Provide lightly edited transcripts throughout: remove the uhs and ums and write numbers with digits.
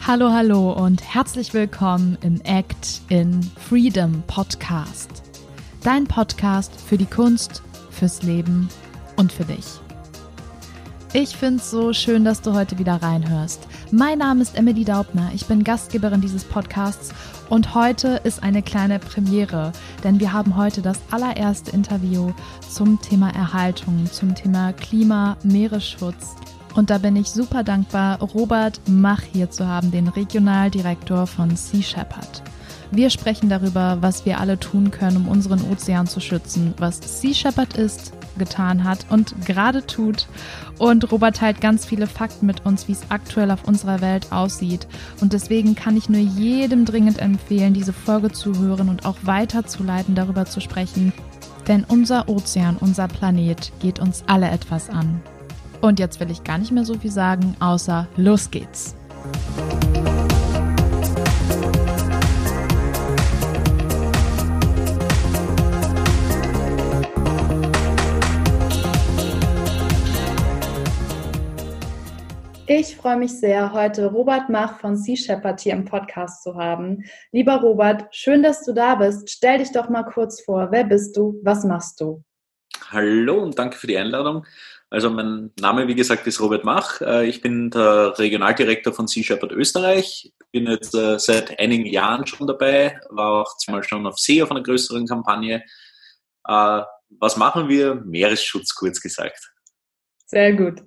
Hallo, hallo und herzlich willkommen im Act in Freedom Podcast. Dein Podcast für die Kunst, fürs Leben und für dich. Ich finde es so schön, dass du heute wieder reinhörst. Mein Name ist Emily Daubner, ich bin Gastgeberin dieses Podcasts und heute ist eine kleine Premiere, denn wir haben heute das allererste Interview zum Thema Erhaltung, zum Thema Klima, Meeresschutz. Und da bin ich super dankbar, Robert Mach hier zu haben, den Regionaldirektor von Sea Shepherd. Wir sprechen darüber, was wir alle tun können, um unseren Ozean zu schützen, was Sea Shepherd ist, getan hat und gerade tut. Und Robert teilt ganz viele Fakten mit uns, wie es aktuell auf unserer Welt aussieht. Und deswegen kann ich nur jedem dringend empfehlen, diese Folge zu hören und auch weiterzuleiten, darüber zu sprechen. Denn unser Ozean, unser Planet geht uns alle etwas an. Und jetzt will ich gar nicht mehr so viel sagen, außer los geht's. Ich freue mich sehr, heute Robert Mach von Sea Shepherd hier im Podcast zu haben. Lieber Robert, schön, dass du da bist. Stell dich doch mal kurz vor. Wer bist du? Was machst du? Hallo und danke für die Einladung. Also mein Name, wie gesagt, ist Robert Mach. Ich bin der Regionaldirektor von Sea Shepherd Österreich. Bin jetzt seit einigen Jahren schon dabei, war auch zweimal schon auf See auf einer größeren Kampagne. Was machen wir? Meeresschutz, kurz gesagt. Sehr gut.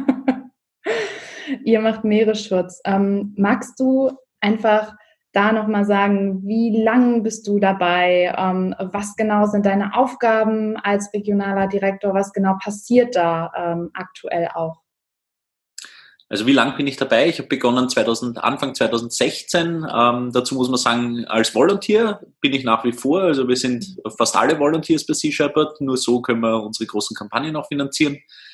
Ihr macht Meeresschutz. Magst du einfach da nochmal sagen, wie lang bist du dabei? Was genau sind deine Aufgaben als regionaler Direktor? Was genau passiert da aktuell auch? Also wie lang bin ich dabei? Ich habe begonnen Anfang 2016. Dazu muss man sagen, als Volunteer bin ich nach wie vor. Also wir sind fast alle Volunteers bei Sea Shepherd. Nur so können wir unsere großen Kampagnen auch finanzieren.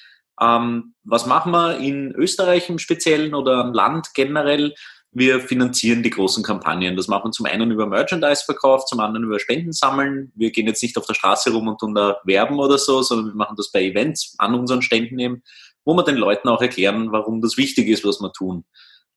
Was machen wir in Österreich im Speziellen oder am Land generell? Wir finanzieren die großen Kampagnen. Das machen wir zum einen über Merchandise-Verkauf, zum anderen über Spenden sammeln. Wir gehen jetzt nicht auf der Straße rum und tun da werben oder so, sondern wir machen das bei Events an unseren Ständen eben, wo wir den Leuten auch erklären, warum das wichtig ist, was wir tun.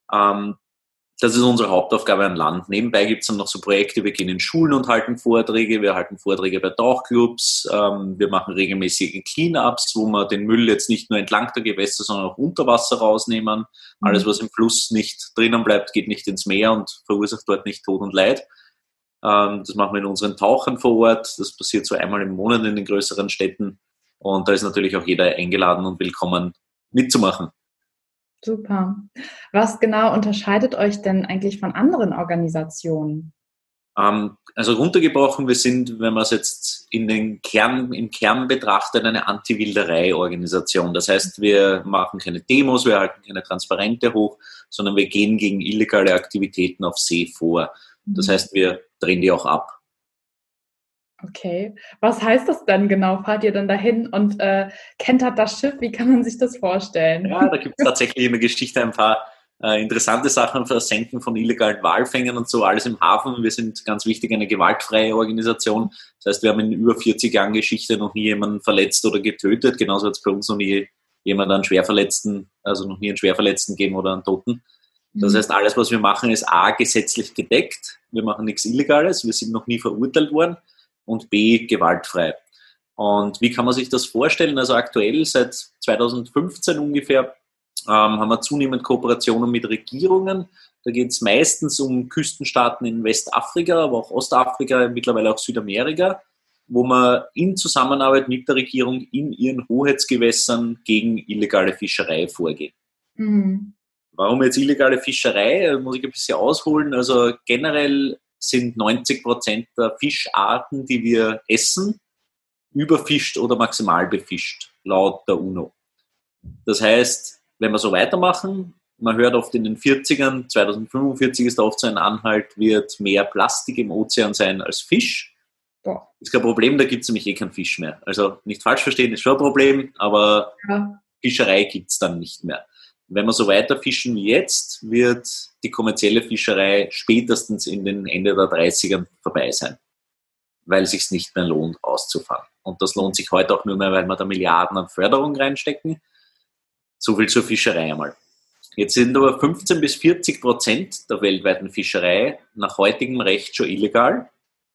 Das ist unsere Hauptaufgabe am Land. Nebenbei gibt es dann noch so Projekte, wir gehen in Schulen und halten Vorträge, wir halten Vorträge bei Tauchclubs, wir machen regelmäßige Clean-ups, wo wir den Müll jetzt nicht nur entlang der Gewässer, sondern auch unter Wasser rausnehmen. Alles, was im Fluss nicht drinnen bleibt, geht nicht ins Meer und verursacht dort nicht Tod und Leid. Das machen wir in unseren Tauchern vor Ort. Das passiert so einmal im Monat in den größeren Städten. Und da ist natürlich auch jeder eingeladen und willkommen mitzumachen. Super. Was genau unterscheidet euch denn eigentlich von anderen Organisationen? Also runtergebrochen, wir sind, wenn man es jetzt im Kern betrachtet, eine Anti-Wilderei-Organisation. Das heißt, wir machen keine Demos, wir halten keine Transparente hoch, sondern wir gehen gegen illegale Aktivitäten auf See vor. Das heißt, wir drehen die auch ab. Okay. Was heißt das dann genau? Fahrt ihr dann dahin und kentert das Schiff? Wie kann man sich das vorstellen? Ja, da gibt es tatsächlich in der Geschichte ein paar interessante Sachen, Versenken von illegalen Walfängern und so, alles im Hafen. Wir sind ganz wichtig eine gewaltfreie Organisation. Das heißt, wir haben in über 40 Jahren Geschichte noch nie jemanden verletzt oder getötet. Genauso hat es bei uns noch nie jemand einen Schwerverletzten, also noch nie einen Schwerverletzten gegeben oder einen Toten. Das heißt, alles, was wir machen, ist A, gesetzlich gedeckt. Wir machen nichts Illegales. Wir sind noch nie verurteilt worden. Und B, gewaltfrei. Und wie kann man sich das vorstellen? Also aktuell, seit 2015 ungefähr, haben wir zunehmend Kooperationen mit Regierungen. Da geht es meistens um Küstenstaaten in Westafrika, aber auch Ostafrika, mittlerweile auch Südamerika, wo man in Zusammenarbeit mit der Regierung in ihren Hoheitsgewässern gegen illegale Fischerei vorgeht. Mhm. Warum jetzt illegale Fischerei? Da muss ich ein bisschen ausholen. Also generell sind 90% der Fischarten, die wir essen, überfischt oder maximal befischt, laut der UNO. Das heißt, wenn wir so weitermachen, man hört oft in den 40ern, 2045 ist da oft so ein Anhalt, wird mehr Plastik im Ozean sein als Fisch. Ja. Ist kein Problem, da gibt es nämlich keinen Fisch mehr. Also nicht falsch verstehen, ist schon ein Problem, aber ja. Fischerei gibt es dann nicht mehr. Wenn wir so weiter fischen wie jetzt, wird die kommerzielle Fischerei spätestens in den Ende der 30ern vorbei sein, weil es sich nicht mehr lohnt, auszufahren. Und das lohnt sich heute auch nur mehr, weil wir da Milliarden an Förderung reinstecken. So viel zur Fischerei einmal. Jetzt sind aber 15-40% der weltweiten Fischerei nach heutigem Recht schon illegal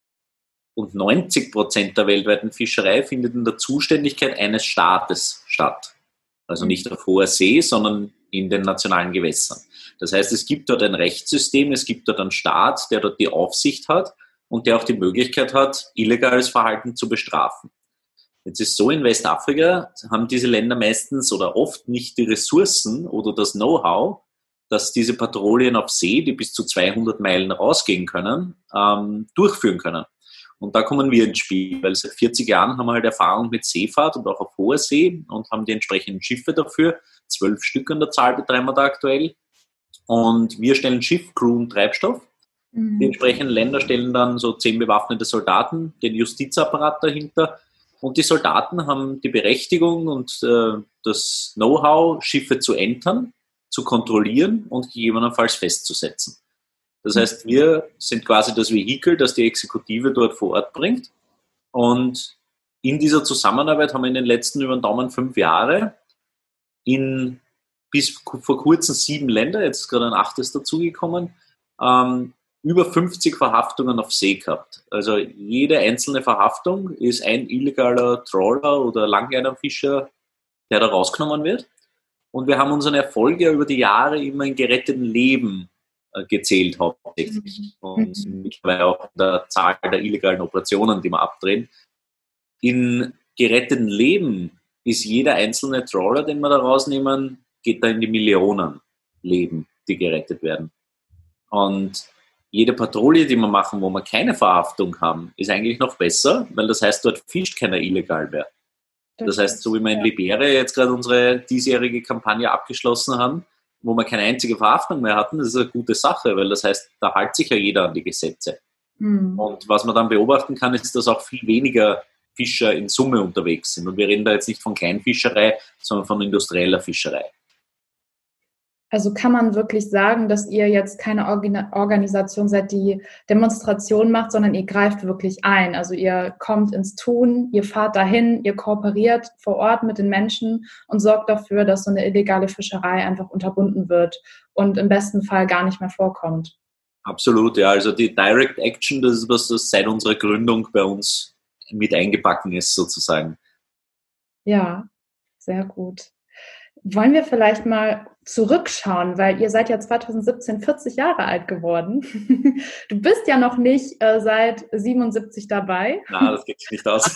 und 90% der weltweiten Fischerei findet in der Zuständigkeit eines Staates statt. Also nicht auf hoher See, sondern in den nationalen Gewässern. Das heißt, es gibt dort ein Rechtssystem, es gibt dort einen Staat, der dort die Aufsicht hat und der auch die Möglichkeit hat, illegales Verhalten zu bestrafen. Jetzt ist so, in Westafrika haben diese Länder meistens oder oft nicht die Ressourcen oder das Know-how, dass diese Patrouillen auf See, die bis zu 200 Meilen rausgehen können, durchführen können. Und da kommen wir ins Spiel, weil seit 40 Jahren haben wir halt Erfahrung mit Seefahrt und auch auf hoher See und haben die entsprechenden Schiffe dafür. 12 Stück an der Zahl betreiben wir da aktuell. Und wir stellen Schiff, Crew und Treibstoff. Die entsprechenden Länder stellen dann so 10 bewaffnete Soldaten, den Justizapparat dahinter. Und die Soldaten haben die Berechtigung und das Know-how, Schiffe zu entern, zu kontrollieren und gegebenenfalls festzusetzen. Das heißt, wir sind quasi das Vehikel, das die Exekutive dort vor Ort bringt. Und in dieser Zusammenarbeit haben wir in den letzten über den Daumen 5 Jahre in bis vor kurzem 7 Länder, jetzt ist gerade ein 8. dazugekommen, über 50 Verhaftungen auf See gehabt. Also jede einzelne Verhaftung ist ein illegaler Trawler oder Langleinenfischer, der da rausgenommen wird. Und wir haben unseren Erfolg ja über die Jahre immer in geretteten Leben gezählt hauptsächlich. Und mittlerweile auch in der Zahl der illegalen Operationen, die wir abdrehen. In geretteten Leben ist jeder einzelne Trawler, den wir da rausnehmen, geht da in die Millionen Leben, die gerettet werden. Und jede Patrouille, die wir machen, wo wir keine Verhaftung haben, ist eigentlich noch besser, weil das heißt, dort fischt keiner illegal mehr. Das heißt, so wie wir in Liberia jetzt gerade unsere diesjährige Kampagne abgeschlossen haben, wo wir keine einzige Verhaftung mehr hatten, das ist eine gute Sache, weil das heißt, da hält sich ja jeder an die Gesetze. Und was man dann beobachten kann, ist, dass auch viel weniger Fischer in Summe unterwegs sind. Und wir reden da jetzt nicht von Kleinfischerei, sondern von industrieller Fischerei. Also kann man wirklich sagen, dass ihr jetzt keine Organisation seid, die Demonstrationen macht, sondern ihr greift wirklich ein. Also ihr kommt ins Tun, ihr fahrt dahin, ihr kooperiert vor Ort mit den Menschen und sorgt dafür, dass so eine illegale Fischerei einfach unterbunden wird und im besten Fall gar nicht mehr vorkommt. Absolut, ja. Also die Direct Action, das ist was, das seit unserer Gründung bei uns mit eingebacken ist, sozusagen. Ja, sehr gut. Wollen wir vielleicht mal zurückschauen, weil ihr seid ja 2017 40 Jahre alt geworden. Du bist ja noch nicht seit 77 dabei. Na, das geht nicht aus.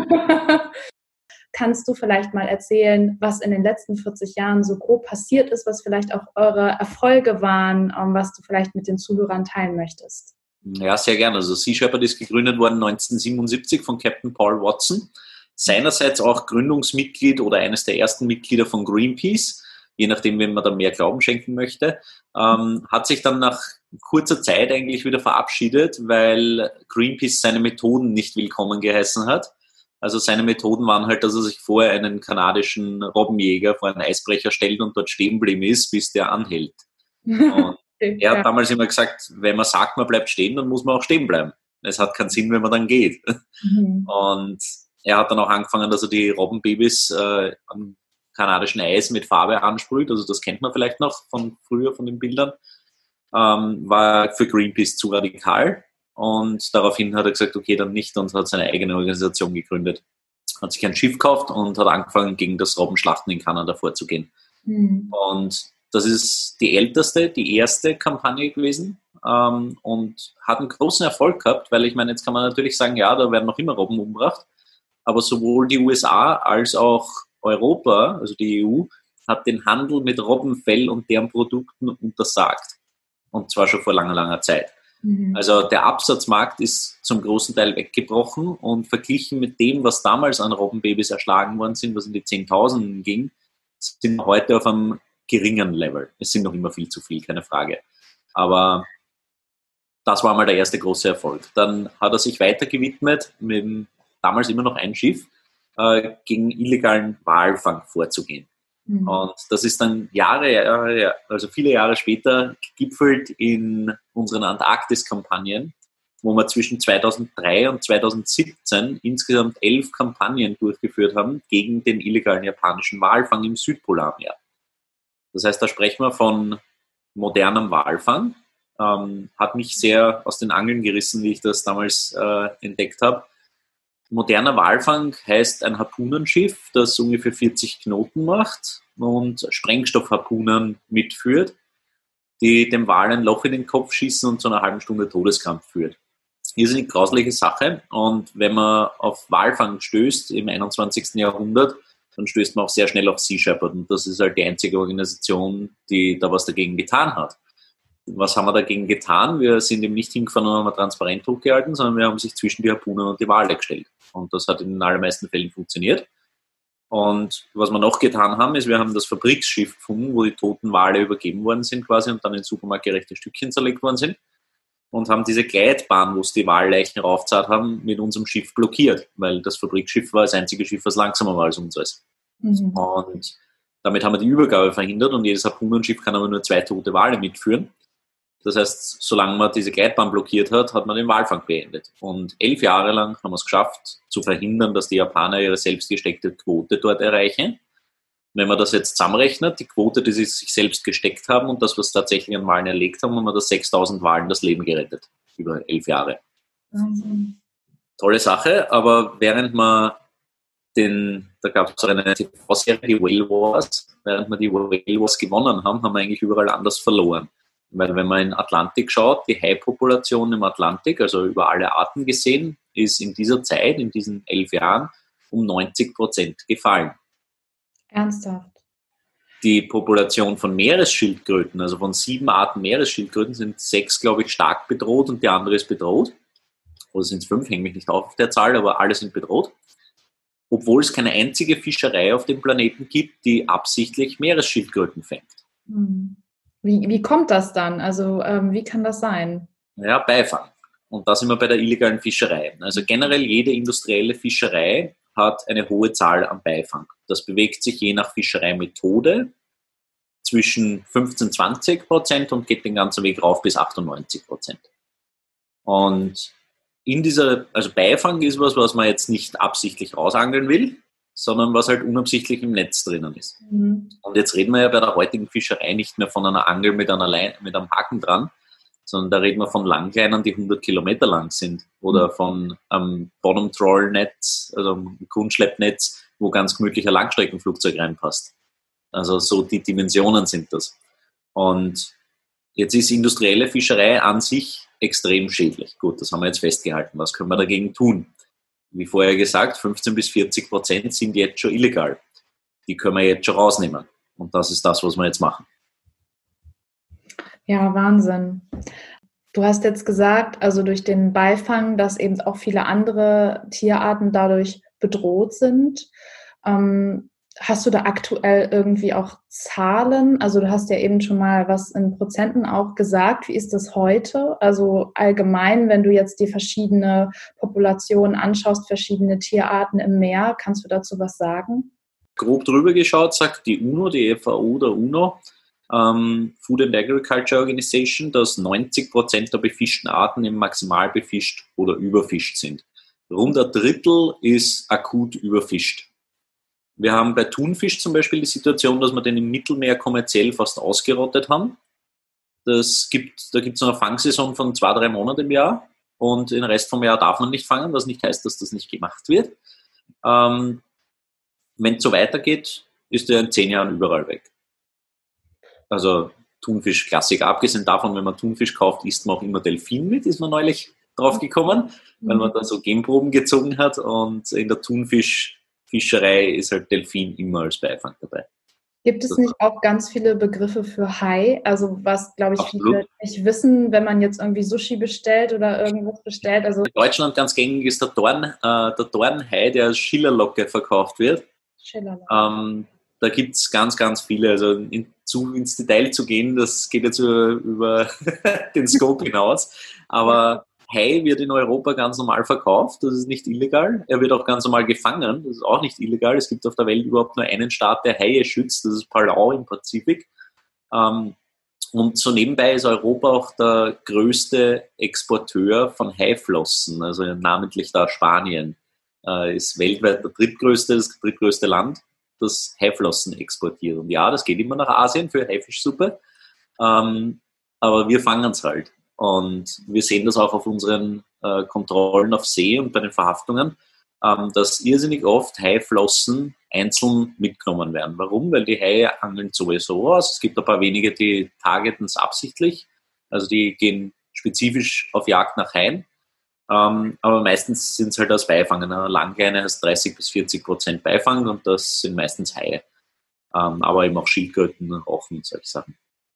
Kannst du vielleicht mal erzählen, was in den letzten 40 Jahren so grob passiert ist, was vielleicht auch eure Erfolge waren, was du vielleicht mit den Zuhörern teilen möchtest? Ja, sehr gerne. Also Sea Shepherd ist gegründet worden 1977 von Captain Paul Watson. Seinerseits auch Gründungsmitglied oder eines der ersten Mitglieder von Greenpeace, je nachdem, wem man da mehr Glauben schenken möchte, hat sich dann nach kurzer Zeit eigentlich wieder verabschiedet, weil Greenpeace seine Methoden nicht willkommen geheißen hat. Also seine Methoden waren halt, dass er sich vorher einen kanadischen Robbenjäger vor einen Eisbrecher stellt und dort stehen geblieben ist, bis der anhält. Und er hat damals immer gesagt, wenn man sagt, man bleibt stehen, dann muss man auch stehen bleiben. Es hat keinen Sinn, wenn man dann geht. Und er hat dann auch angefangen, dass er die Robbenbabys am kanadischen Eis mit Farbe ansprüht. Also das kennt man vielleicht noch von früher, von den Bildern. War für Greenpeace zu radikal. Und daraufhin hat er gesagt, okay, dann nicht, und hat seine eigene Organisation gegründet. Hat sich ein Schiff gekauft und hat angefangen, gegen das Robbenschlachten in Kanada vorzugehen. Und das ist die älteste, die erste Kampagne gewesen. Und hat einen großen Erfolg gehabt, weil ich meine, jetzt kann man natürlich sagen, ja, da werden noch immer Robben umgebracht. Aber sowohl die USA als auch Europa, also die EU, hat den Handel mit Robbenfell und deren Produkten untersagt. Und zwar schon vor langer, langer Zeit. Also der Absatzmarkt ist zum großen Teil weggebrochen und verglichen mit dem, was damals an Robbenbabys erschlagen worden sind, was in die Zehntausenden ging, sind wir heute auf einem geringen Level. Es sind noch immer viel zu viel, keine Frage. Aber das war mal der erste große Erfolg. Dann hat er sich weiter gewidmet mit damals immer noch ein Schiff, gegen illegalen Walfang vorzugehen. Und das ist dann also viele Jahre später gegipfelt in unseren Antarktis-Kampagnen, wo wir zwischen 2003 und 2017 insgesamt 11 Kampagnen durchgeführt haben gegen den illegalen japanischen Walfang im Südpolarmeer. Das heißt, da sprechen wir von modernem Walfang. Hat mich sehr aus den Angeln gerissen, wie ich das damals entdeckt habe. Moderner Walfang heißt ein Harpunenschiff, das ungefähr 40 Knoten macht und Sprengstoffharpunen mitführt, die dem Wal ein Loch in den Kopf schießen und zu einer halben Stunde Todeskampf führt. Irrsinnig grausliche Sache, und wenn man auf Walfang stößt im 21. Jahrhundert, dann stößt man auch sehr schnell auf Sea Shepherd, und das ist halt die einzige Organisation, die da was dagegen getan hat. Was haben wir dagegen getan? Wir sind eben nicht hingefahren und haben transparent hochgehalten, sondern wir haben sich zwischen die Harpunen und die Wale gestellt. Und das hat in den allermeisten Fällen funktioniert. Und was wir noch getan haben, ist, wir haben das Fabriksschiff gefunden, wo die toten Wale übergeben worden sind quasi und dann in supermarktgerechte Stückchen zerlegt worden sind, und haben diese Gleitbahn, wo es die Walleichen raufzahlt haben, mit unserem Schiff blockiert, weil das Fabrikschiff war das einzige Schiff, was langsamer war als unseres. Mhm. Und damit haben wir die Übergabe verhindert, und jedes Harpunenschiff kann aber nur 2 tote Wale mitführen. Das heißt, solange man diese Gleitbahn blockiert hat, hat man den Walfang beendet. Und 11 Jahre lang haben wir es geschafft, zu verhindern, dass die Japaner ihre selbst gesteckte Quote dort erreichen. Wenn man das jetzt zusammenrechnet, die Quote, die sie sich selbst gesteckt haben und das, was tatsächlich an Walen erlegt haben, haben wir das 6.000 Walen das Leben gerettet. Über 11 Jahre. Mhm. Tolle Sache, aber während man da gab es eine TV-Serie, die Whale Wars, während wir die Whale Wars gewonnen haben, haben wir eigentlich überall anders verloren. Weil wenn man in den Atlantik schaut, die Haipopulation im Atlantik, also über alle Arten gesehen, ist in dieser Zeit, in diesen 11 Jahren, um 90% gefallen. Ernsthaft? Die Population von Meeresschildkröten, also von 7 Arten Meeresschildkröten, sind 6, glaube ich, stark bedroht und die andere ist bedroht. Oder sind es 5, hänge mich nicht auf der Zahl, aber alle sind bedroht. Obwohl es keine einzige Fischerei auf dem Planeten gibt, die absichtlich Meeresschildkröten fängt. Wie kommt das dann? Also wie kann das sein? Ja, Beifang. Und da sind wir bei der illegalen Fischerei. Also generell jede industrielle Fischerei hat eine hohe Zahl an Beifang. Das bewegt sich je nach Fischereimethode zwischen 15-20% und geht den ganzen Weg rauf bis 98%. Und also Beifang ist was man jetzt nicht absichtlich rausangeln will, sondern was halt unabsichtlich im Netz drinnen ist. Mhm. Und jetzt reden wir ja bei der heutigen Fischerei nicht mehr von einer Angel mit einem Haken dran, sondern da reden wir von Langleinern, die 100 Kilometer lang sind, oder von einem Bottom-Troll-Netz, also einem Kunstschleppnetz, wo ganz gemütlich ein Langstreckenflugzeug reinpasst. Also so die Dimensionen sind das. Und jetzt ist industrielle Fischerei an sich extrem schädlich. Gut, das haben wir jetzt festgehalten. Was können wir dagegen tun? Wie vorher gesagt, 15-40% sind jetzt schon illegal. Die können wir jetzt schon rausnehmen. Und das ist das, was wir jetzt machen. Ja, Wahnsinn. Du hast jetzt gesagt, also durch den Beifang, dass eben auch viele andere Tierarten dadurch bedroht sind. Hast du da aktuell irgendwie auch Zahlen? Also du hast ja eben schon mal was in Prozenten auch gesagt. Wie ist das heute? Also allgemein, wenn du jetzt die verschiedene Populationen anschaust, verschiedene Tierarten im Meer, kannst du dazu was sagen? Grob drüber geschaut, sagt die UNO, die FAO der UNO, Food and Agriculture Organization, dass 90% der befischten Arten eben maximal befischt oder überfischt sind. Rund ein Drittel ist akut überfischt. Wir haben bei Thunfisch zum Beispiel die Situation, dass wir den im Mittelmeer kommerziell fast ausgerottet haben. Da gibt es eine Fangsaison von 2-3 Monaten im Jahr, und den Rest vom Jahr darf man nicht fangen, was nicht heißt, dass das nicht gemacht wird. Wenn es so weitergeht, ist der in 10 Jahren überall weg. Also Thunfisch-Klassiker. Abgesehen davon, wenn man Thunfisch kauft, isst man auch immer Delfin mit, ist man neulich drauf gekommen, weil man da so Genproben gezogen hat, und in der Thunfischfischerei ist halt Delfin immer als Beifang dabei. Gibt es nicht auch ganz viele Begriffe für Hai? Also was, glaube ich, viele nicht wissen, wenn man jetzt irgendwie Sushi bestellt oder irgendwas bestellt. Also in Deutschland ganz gängig ist der Dornhai, der als Schillerlocke verkauft wird. Schillerlocke. Da gibt es ganz, ganz viele. Also ins Detail zu gehen, das geht jetzt über den Scope hinaus. Aber Hai wird in Europa ganz normal verkauft, das ist nicht illegal. Er wird auch ganz normal gefangen, das ist auch nicht illegal. Es gibt auf der Welt überhaupt nur einen Staat, der Haie schützt, das ist Palau im Pazifik. Und so nebenbei ist Europa auch der größte Exporteur von Haiflossen, also namentlich da Spanien. Ist weltweit das drittgrößte Land. das Haiflossen exportiert. Und ja, das geht immer nach Asien für Haifischsuppe, aber wir fangen es halt. Und wir sehen das auch auf unseren Kontrollen auf See und bei den Verhaftungen, dass irrsinnig oft Haiflossen einzeln mitgenommen werden. Warum? Weil die Haie angeln sowieso aus. Es gibt ein paar wenige, die targeten es absichtlich. Also die gehen spezifisch auf Jagd nach Haien. Aber meistens sind es halt als Beifang. Eine Langleine heißt 30-40% Beifang und das sind meistens Haie. Aber eben auch Schildkröten, Rochen und solche Sachen.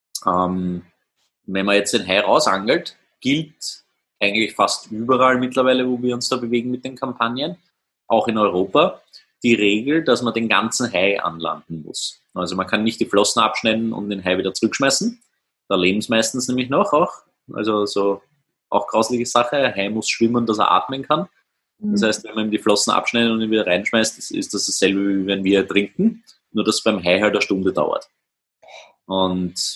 Wenn man jetzt den Hai rausangelt, gilt eigentlich fast überall mittlerweile, wo wir uns da bewegen mit den Kampagnen, auch in Europa, die Regel, dass man den ganzen Hai anlanden muss. Also man kann nicht die Flossen abschneiden und den Hai wieder zurückschmeißen. Da leben es meistens nämlich noch auch. Also so auch grausliche Sache. Ein Hai muss schwimmen, dass er atmen kann. Das heißt, wenn man ihm die Flossen abschneidet und ihn wieder reinschmeißt, ist das dasselbe, wie wenn wir trinken. Nur, dass es beim Hai halt eine Stunde dauert. Und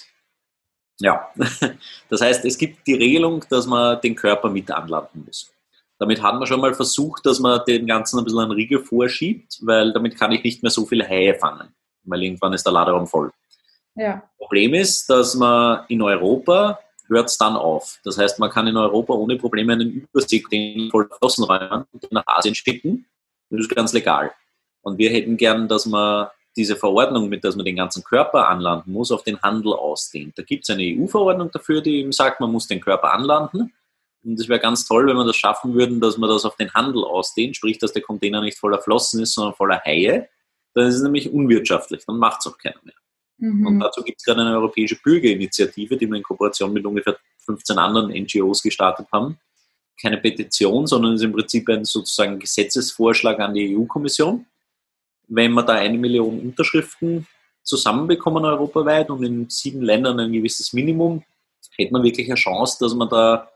ja, das heißt, es gibt die Regelung, dass man den Körper mit anlanden muss. Damit hat man schon mal versucht, dass man den Ganzen ein bisschen einen Riegel vorschiebt, weil damit kann ich nicht mehr so viele Haie fangen, weil irgendwann ist der Laderaum voll. Ja. Problem ist, dass man in Europa hört es dann auf. Das heißt, man kann in Europa ohne Probleme einen Überseekontainer voll Flossen räumen und nach Asien schicken. Das ist ganz legal. Und wir hätten gern, dass man diese Verordnung, mit der man den ganzen Körper anlanden muss, auf den Handel ausdehnt. Da gibt es eine EU-Verordnung dafür, die eben sagt, man muss den Körper anlanden. Und es wäre ganz toll, wenn wir das schaffen würden, dass man das auf den Handel ausdehnt, sprich, dass der Container nicht voller Flossen ist, sondern voller Haie. Dann ist es nämlich unwirtschaftlich, dann macht es auch keiner mehr. Und dazu gibt es gerade eine europäische Bürgerinitiative, die wir in Kooperation mit ungefähr 15 anderen NGOs gestartet haben. Keine Petition, sondern ist im Prinzip ein sozusagen Gesetzesvorschlag an die EU-Kommission. Wenn wir da 1 Million Unterschriften zusammenbekommen europaweit und in 7 Ländern ein gewisses Minimum, hätte man wirklich eine Chance, dass man da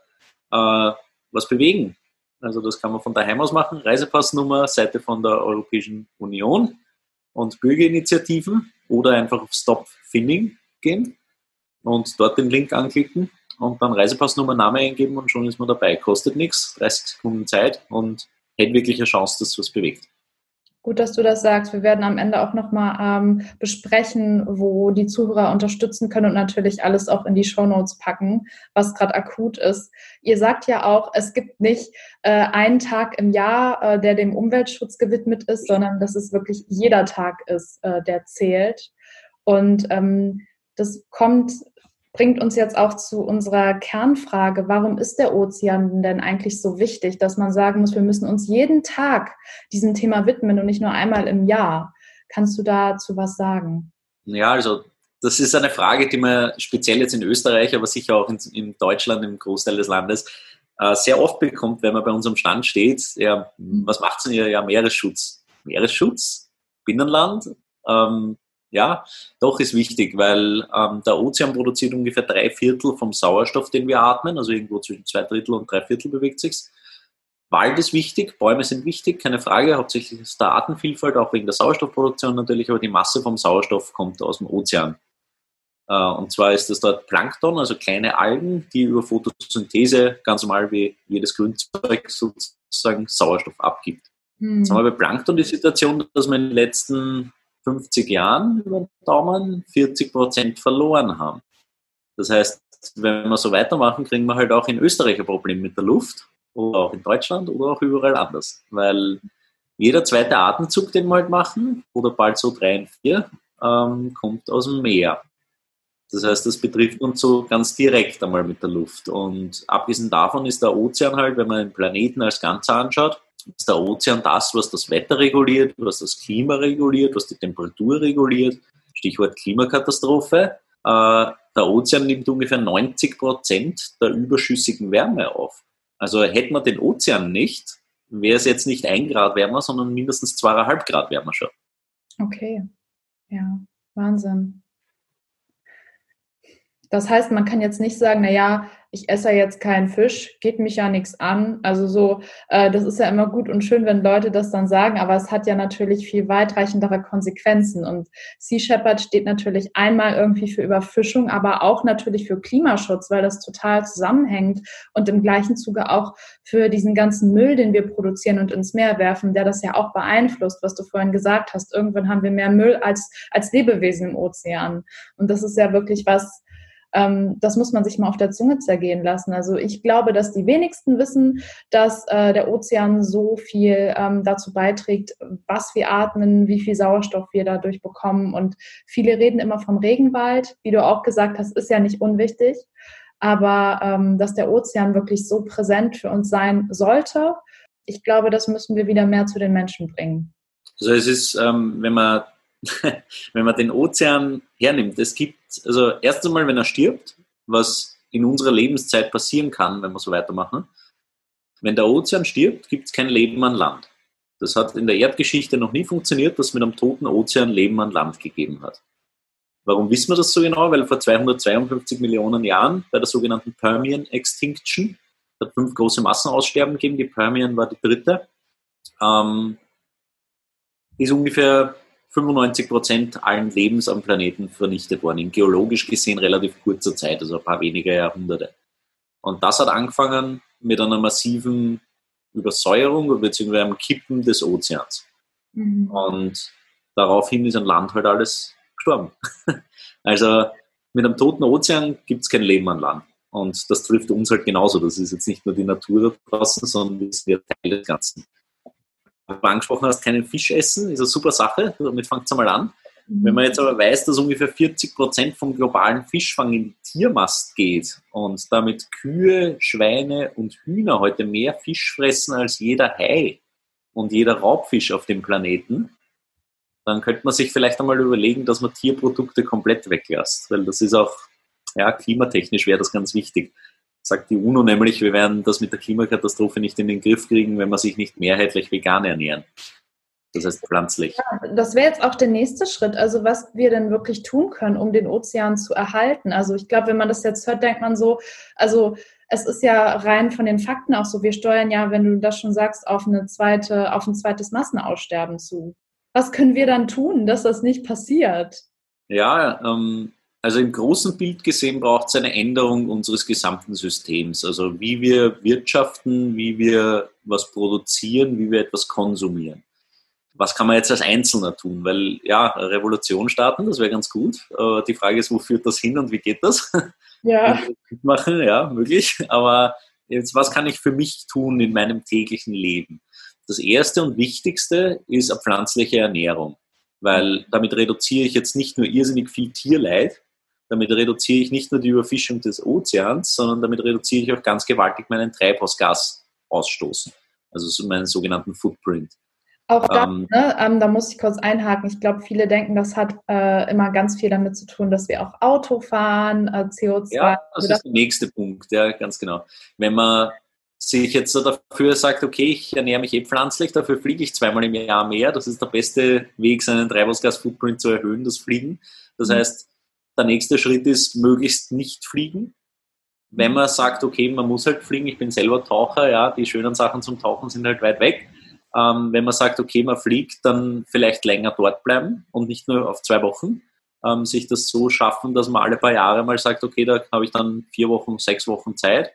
was bewegen. Also das kann man von daheim aus machen. Reisepassnummer, Seite von der Europäischen Union und Bürgerinitiativen oder einfach auf Stop Finning gehen und dort den Link anklicken und dann Reisepassnummer, Name eingeben und schon ist man dabei. Kostet nichts, 30 Sekunden Zeit und hätte wirklich eine Chance, dass was bewegt. Gut, dass du das sagst. Wir werden am Ende auch nochmal besprechen, wo die Zuhörer unterstützen können und natürlich alles auch in die Shownotes packen, was gerade akut ist. Ihr sagt ja auch, es gibt nicht einen Tag im Jahr, der dem Umweltschutz gewidmet ist, sondern dass es wirklich jeder Tag ist, der zählt. Und das bringt uns jetzt auch zu unserer Kernfrage, warum ist der Ozean denn eigentlich so wichtig, dass man sagen muss, wir müssen uns jeden Tag diesem Thema widmen und nicht nur einmal im Jahr. Kannst du dazu was sagen? Ja, also das ist eine Frage, die man speziell jetzt in Österreich, aber sicher auch in Deutschland, im Großteil des Landes, sehr oft bekommt, wenn man bei uns am Stand steht. Ja, was macht denn ihr? Ja, Meeresschutz. Meeresschutz? Binnenland? Ja, doch ist wichtig, weil der Ozean produziert ungefähr 3/4 vom Sauerstoff, den wir atmen, also irgendwo zwischen 2/3 und 3/4 bewegt sich's. Wald ist wichtig, Bäume sind wichtig, keine Frage, hauptsächlich ist der Artenvielfalt, auch wegen der Sauerstoffproduktion natürlich, aber die Masse vom Sauerstoff kommt aus dem Ozean. Und zwar ist das dort Plankton, also kleine Algen, die über Photosynthese, ganz normal wie jedes Grünzeug, sozusagen Sauerstoff abgibt. Jetzt haben wir bei Plankton die Situation, dass wir in den letzten 50 Jahren über den Daumen 40% verloren haben. Das heißt, wenn wir so weitermachen, kriegen wir halt auch in Österreich ein Problem mit der Luft oder auch in Deutschland oder auch überall anders. Weil jeder zweite Atemzug, den wir halt machen, oder bald so 3 und 4, kommt aus dem Meer. Das heißt, das betrifft uns so ganz direkt einmal mit der Luft. Und abgesehen davon ist der Ozean halt, wenn man den Planeten als Ganzer anschaut, ist der Ozean das, was das Wetter reguliert, was das Klima reguliert, was die Temperatur reguliert. Stichwort Klimakatastrophe. Der Ozean nimmt ungefähr 90% der überschüssigen Wärme auf. Also hätten wir den Ozean nicht, wäre es jetzt nicht 1 Grad wärmer, sondern mindestens 2,5 Grad wärmer schon. Okay, ja, Wahnsinn. Das heißt, man kann jetzt nicht sagen, naja, ich esse ja jetzt keinen Fisch, geht mich ja nichts an. Also so, das ist ja immer gut und schön, wenn Leute das dann sagen, aber es hat ja natürlich viel weitreichendere Konsequenzen. Und Sea Shepherd steht natürlich einmal irgendwie für Überfischung, aber auch natürlich für Klimaschutz, weil das total zusammenhängt und im gleichen Zuge auch für diesen ganzen Müll, den wir produzieren und ins Meer werfen, der das ja auch beeinflusst, was du vorhin gesagt hast. Irgendwann haben wir mehr Müll als Lebewesen im Ozean. Und das ist ja wirklich was, das muss man sich mal auf der Zunge zergehen lassen. Also ich glaube, dass die wenigsten wissen, dass der Ozean so viel dazu beiträgt, was wir atmen, wie viel Sauerstoff wir dadurch bekommen. Und viele reden immer vom Regenwald. Wie du auch gesagt hast, ist ja nicht unwichtig. Aber dass der Ozean wirklich so präsent für uns sein sollte, ich glaube, das müssen wir wieder mehr zu den Menschen bringen. Also es ist, wenn man den Ozean hernimmt, es gibt, also erst einmal, wenn er stirbt, was in unserer Lebenszeit passieren kann, wenn wir so weitermachen, wenn der Ozean stirbt, gibt es kein Leben an Land. Das hat in der Erdgeschichte noch nie funktioniert, dass mit einem toten Ozean Leben an Land gegeben hat. Warum wissen wir das so genau? Weil vor 252 Millionen Jahren bei der sogenannten Permian Extinction, hat 5 große Massenaussterben gegeben, die Permian war die dritte, ist ungefähr 95% allen Lebens am Planeten vernichtet worden, in geologisch gesehen relativ kurzer Zeit, also ein paar wenige Jahrhunderte. Und das hat angefangen mit einer massiven Übersäuerung bzw. einem Kippen des Ozeans. Mhm. Und daraufhin ist an Land halt alles gestorben. Also mit einem toten Ozean gibt es kein Leben an Land. Und das trifft uns halt genauso. Das ist jetzt nicht nur die Natur da draußen, sondern wir sind ja Teil des Ganzen. Du angesprochen hast, keinen Fisch essen, ist eine super Sache, damit fängt es einmal an. Wenn man jetzt aber weiß, dass ungefähr 40% vom globalen Fischfang in die Tiermast geht und damit Kühe, Schweine und Hühner heute mehr Fisch fressen als jeder Hai und jeder Raubfisch auf dem Planeten, dann könnte man sich vielleicht einmal überlegen, dass man Tierprodukte komplett weglässt, weil das ist auch, ja, klimatechnisch wäre das ganz wichtig. Sagt die UNO nämlich, wir werden das mit der Klimakatastrophe nicht in den Griff kriegen, wenn wir sich nicht mehrheitlich vegan ernähren. Das heißt pflanzlich. Ja, das wäre jetzt auch der nächste Schritt, also was wir denn wirklich tun können, um den Ozean zu erhalten. Also ich glaube, wenn man das jetzt hört, denkt man so, also es ist ja rein von den Fakten auch so, wir steuern ja, wenn du das schon sagst, auf ein zweites Massenaussterben zu. Was können wir dann tun, dass das nicht passiert? Ja, also im großen Bild gesehen braucht es eine Änderung unseres gesamten Systems. Also wie wir wirtschaften, wie wir was produzieren, wie wir etwas konsumieren. Was kann man jetzt als Einzelner tun? Weil ja, eine Revolution starten, das wäre ganz gut. Die Frage ist, wo führt das hin und wie geht das? Ja. Machen, ja, möglich. Aber jetzt, was kann ich für mich tun in meinem täglichen Leben? Das Erste und Wichtigste ist eine pflanzliche Ernährung. Weil damit reduziere ich jetzt nicht nur irrsinnig viel Tierleid, damit reduziere ich nicht nur die Überfischung des Ozeans, sondern damit reduziere ich auch ganz gewaltig meinen Treibhausgasausstoßen, also so meinen sogenannten Footprint. Auch da muss ich kurz einhaken. Ich glaube, viele denken, das hat immer ganz viel damit zu tun, dass wir auch Auto fahren, CO2. Ja, das ist der nächste Punkt, ja, ganz genau. Wenn man sich jetzt dafür sagt, okay, ich ernähre mich pflanzlich, dafür fliege ich 2-mal im Jahr mehr, das ist der beste Weg, seinen Treibhausgas-Footprint zu erhöhen, das Fliegen. Das heißt, der nächste Schritt ist, möglichst nicht fliegen. Wenn man sagt, okay, man muss halt fliegen, ich bin selber Taucher, ja, die schönen Sachen zum Tauchen sind halt weit weg. Wenn man sagt, okay, man fliegt, dann vielleicht länger dort bleiben und nicht nur auf 2 Wochen. Sich das so schaffen, dass man alle paar Jahre mal sagt, okay, da habe ich dann 4 Wochen, 6 Wochen Zeit.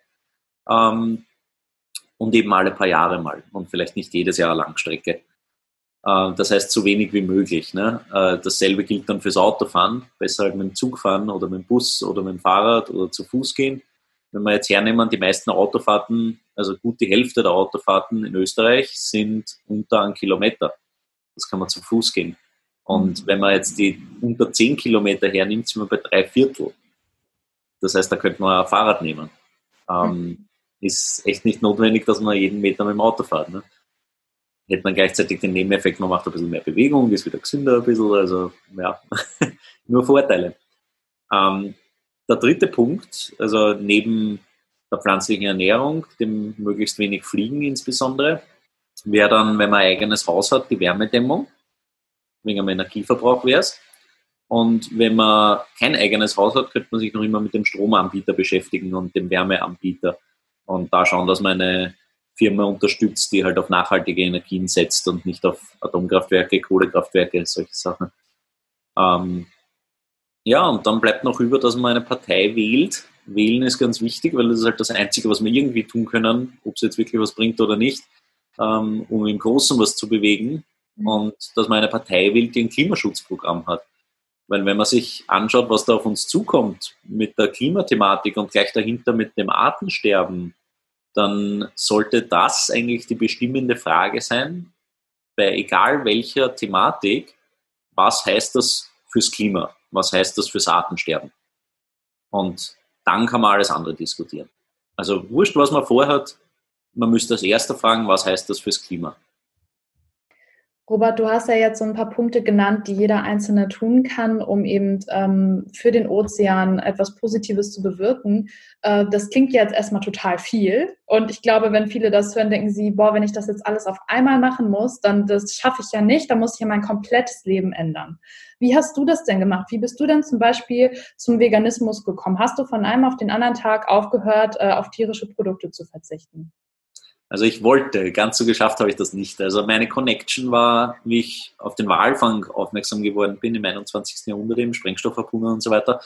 Und eben alle paar Jahre mal und vielleicht nicht jedes Jahr Langstrecke. Das heißt, so wenig wie möglich. Ne? Dasselbe gilt dann fürs Autofahren. Besser halt mit dem Zug fahren oder mit dem Bus oder mit dem Fahrrad oder zu Fuß gehen. Wenn wir jetzt hernehmen, die meisten Autofahrten, also gut die Hälfte der Autofahrten in Österreich sind unter 1 Kilometer. Das kann man zu Fuß gehen. Und wenn man jetzt die unter 10 Kilometer hernimmt, sind wir bei 3/4. Das heißt, da könnte man ein Fahrrad nehmen. Ist echt nicht notwendig, dass man jeden Meter mit dem Auto fährt. Ne? Hätte man gleichzeitig den Nebeneffekt, man macht ein bisschen mehr Bewegung, ist wieder gesünder ein bisschen, also ja, nur Vorteile. Der dritte Punkt, also neben der pflanzlichen Ernährung, dem möglichst wenig Fliegen insbesondere, wäre dann, wenn man ein eigenes Haus hat, die Wärmedämmung. Wegen am Energieverbrauch wäre es. Und wenn man kein eigenes Haus hat, könnte man sich noch immer mit dem Stromanbieter beschäftigen und dem Wärmeanbieter und da schauen, dass man eine Firma unterstützt, die halt auf nachhaltige Energien setzt und nicht auf Atomkraftwerke, Kohlekraftwerke, solche Sachen. Ja, und dann bleibt noch über, dass man eine Partei wählt. Wählen ist ganz wichtig, weil das ist halt das Einzige, was wir irgendwie tun können, ob es jetzt wirklich was bringt oder nicht, um im Großen was zu bewegen. Und dass man eine Partei wählt, die ein Klimaschutzprogramm hat. Weil wenn man sich anschaut, was da auf uns zukommt mit der Klimathematik und gleich dahinter mit dem Artensterben, dann sollte das eigentlich die bestimmende Frage sein, bei egal welcher Thematik, was heißt das fürs Klima, was heißt das fürs Artensterben? Und dann kann man alles andere diskutieren. Also wurscht, was man vorhat, man müsste als Erster fragen, was heißt das fürs Klima? Robert, du hast ja jetzt so ein paar Punkte genannt, die jeder Einzelne tun kann, um eben für den Ozean etwas Positives zu bewirken. Das klingt jetzt erstmal total viel. Und ich glaube, wenn viele das hören, denken sie, boah, wenn ich das jetzt alles auf einmal machen muss, dann das schaffe ich ja nicht, dann muss ich ja mein komplettes Leben ändern. Wie hast du das denn gemacht? Wie bist du denn zum Beispiel zum Veganismus gekommen? Hast du von einem auf den anderen Tag aufgehört, auf tierische Produkte zu verzichten? Also ich wollte, ganz so geschafft habe ich das nicht. Also meine Connection war, wie ich auf den Walfang aufmerksam geworden bin im 21. Jahrhundert, im Sprengstoffharpuner und so weiter,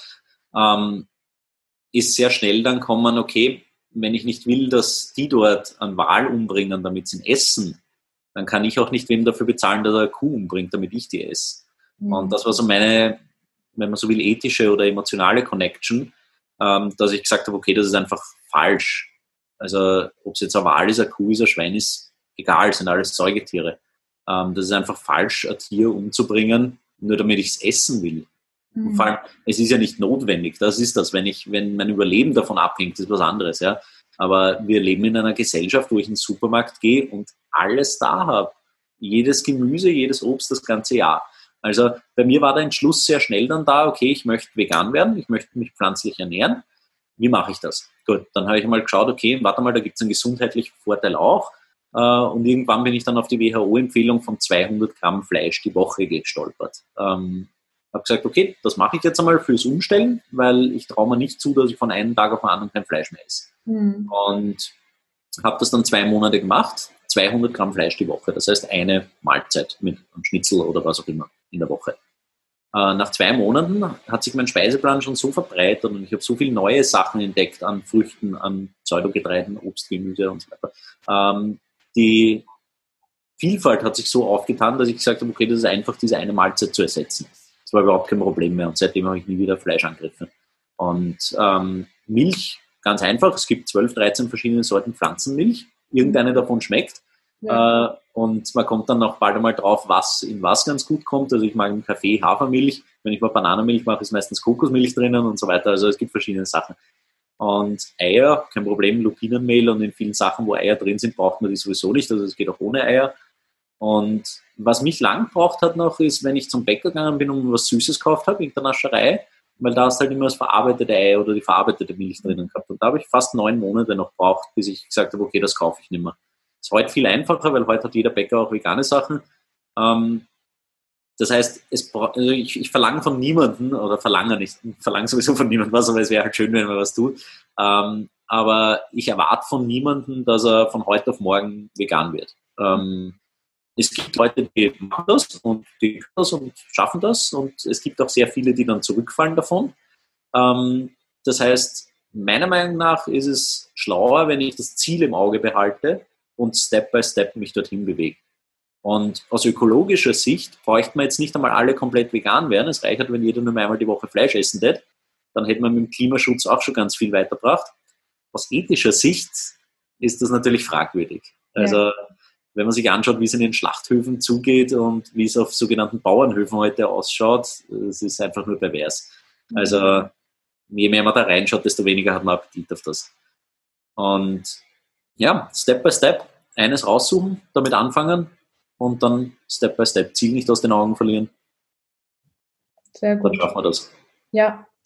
ist sehr schnell dann kommen, okay, wenn ich nicht will, dass die dort einen Wal umbringen, damit sie ihn essen, dann kann ich auch nicht wem dafür bezahlen, dass er eine Kuh umbringt, damit ich die esse. Und das war so meine, wenn man so will, ethische oder emotionale Connection, dass ich gesagt habe, okay, das ist einfach falsch. Also ob es jetzt ein Wal ist, eine Kuh ist, ein Schwein ist, egal, sind alles Säugetiere. Das ist einfach falsch, ein Tier umzubringen, nur damit ich es essen will. Und vor allem, es ist ja nicht notwendig, das ist das, wenn mein Überleben davon abhängt, ist was anderes. Ja. Aber wir leben in einer Gesellschaft, wo ich in den Supermarkt gehe und alles da habe. Jedes Gemüse, jedes Obst, das ganze Jahr. Also bei mir war der Entschluss sehr schnell dann da, okay, ich möchte vegan werden, ich möchte mich pflanzlich ernähren. Wie mache ich das? Gut, dann habe ich mal geschaut, okay, warte mal, da gibt es einen gesundheitlichen Vorteil auch. Und irgendwann bin ich dann auf die WHO-Empfehlung von 200 Gramm Fleisch die Woche gestolpert. Habe gesagt, okay, das mache ich jetzt einmal fürs Umstellen, weil ich traue mir nicht zu, dass ich von einem Tag auf den anderen kein Fleisch mehr esse. Und habe das dann 2 Monate gemacht, 200 Gramm Fleisch die Woche. Das heißt eine Mahlzeit mit einem Schnitzel oder was auch immer in der Woche. Nach 2 Monaten hat sich mein Speiseplan schon so verbreitet und ich habe so viele neue Sachen entdeckt an Früchten, an Pseudogetreiden, Obst, Gemüse und so weiter. Die Vielfalt hat sich so aufgetan, dass ich gesagt habe, okay, das ist einfach, diese eine Mahlzeit zu ersetzen. Das war überhaupt kein Problem mehr und seitdem habe ich nie wieder Fleisch angegriffen. Und Milch, ganz einfach, es gibt 12, 13 verschiedene Sorten Pflanzenmilch, irgendeine davon schmeckt. Ja. Und man kommt dann auch bald einmal drauf, was in was ganz gut kommt. Also ich mag im Kaffee Hafermilch, wenn ich mal Bananenmilch mache, ist meistens Kokosmilch drinnen und so weiter. Also es gibt verschiedene Sachen. Und Eier, kein Problem, Lupinenmehl und in vielen Sachen, wo Eier drin sind, braucht man die sowieso nicht. Also es geht auch ohne Eier. Und was mich lang gebraucht hat noch, ist, wenn ich zum Bäcker gegangen bin und was Süßes gekauft habe in der Nascherei, weil da hast halt immer das verarbeitete Ei oder die verarbeitete Milch drinnen gehabt. Und da habe ich fast 9 Monate noch gebraucht, bis ich gesagt habe, okay, das kaufe ich nicht mehr. Ist heute viel einfacher, weil heute hat jeder Bäcker auch vegane Sachen. Das heißt, also ich verlange von niemandem, oder verlange sowieso von niemandem was, aber es wäre halt schön, wenn man was tut. Aber ich erwarte von niemandem, dass er von heute auf morgen vegan wird. Es gibt Leute, die machen das und die können das und schaffen das und es gibt auch sehr viele, die dann zurückfallen davon. Das heißt, meiner Meinung nach ist es schlauer, wenn ich das Ziel im Auge behalte und Step by Step mich dorthin bewege. Und aus ökologischer Sicht bräuchte man jetzt nicht einmal alle komplett vegan werden. Es reicht, wenn jeder nur einmal die Woche Fleisch essen würde. Dann hätte man mit dem Klimaschutz auch schon ganz viel weitergebracht. Aus ethischer Sicht ist das natürlich fragwürdig. Also wenn man sich anschaut, wie es in den Schlachthöfen zugeht und wie es auf sogenannten Bauernhöfen heute ausschaut, es ist einfach nur pervers. Also je mehr man da reinschaut, desto weniger hat man Appetit auf das. Und ja, Step by Step eines raussuchen, damit anfangen und dann Step by Step Ziel nicht aus den Augen verlieren. Sehr gut. Dann schaffen wir das. Ja.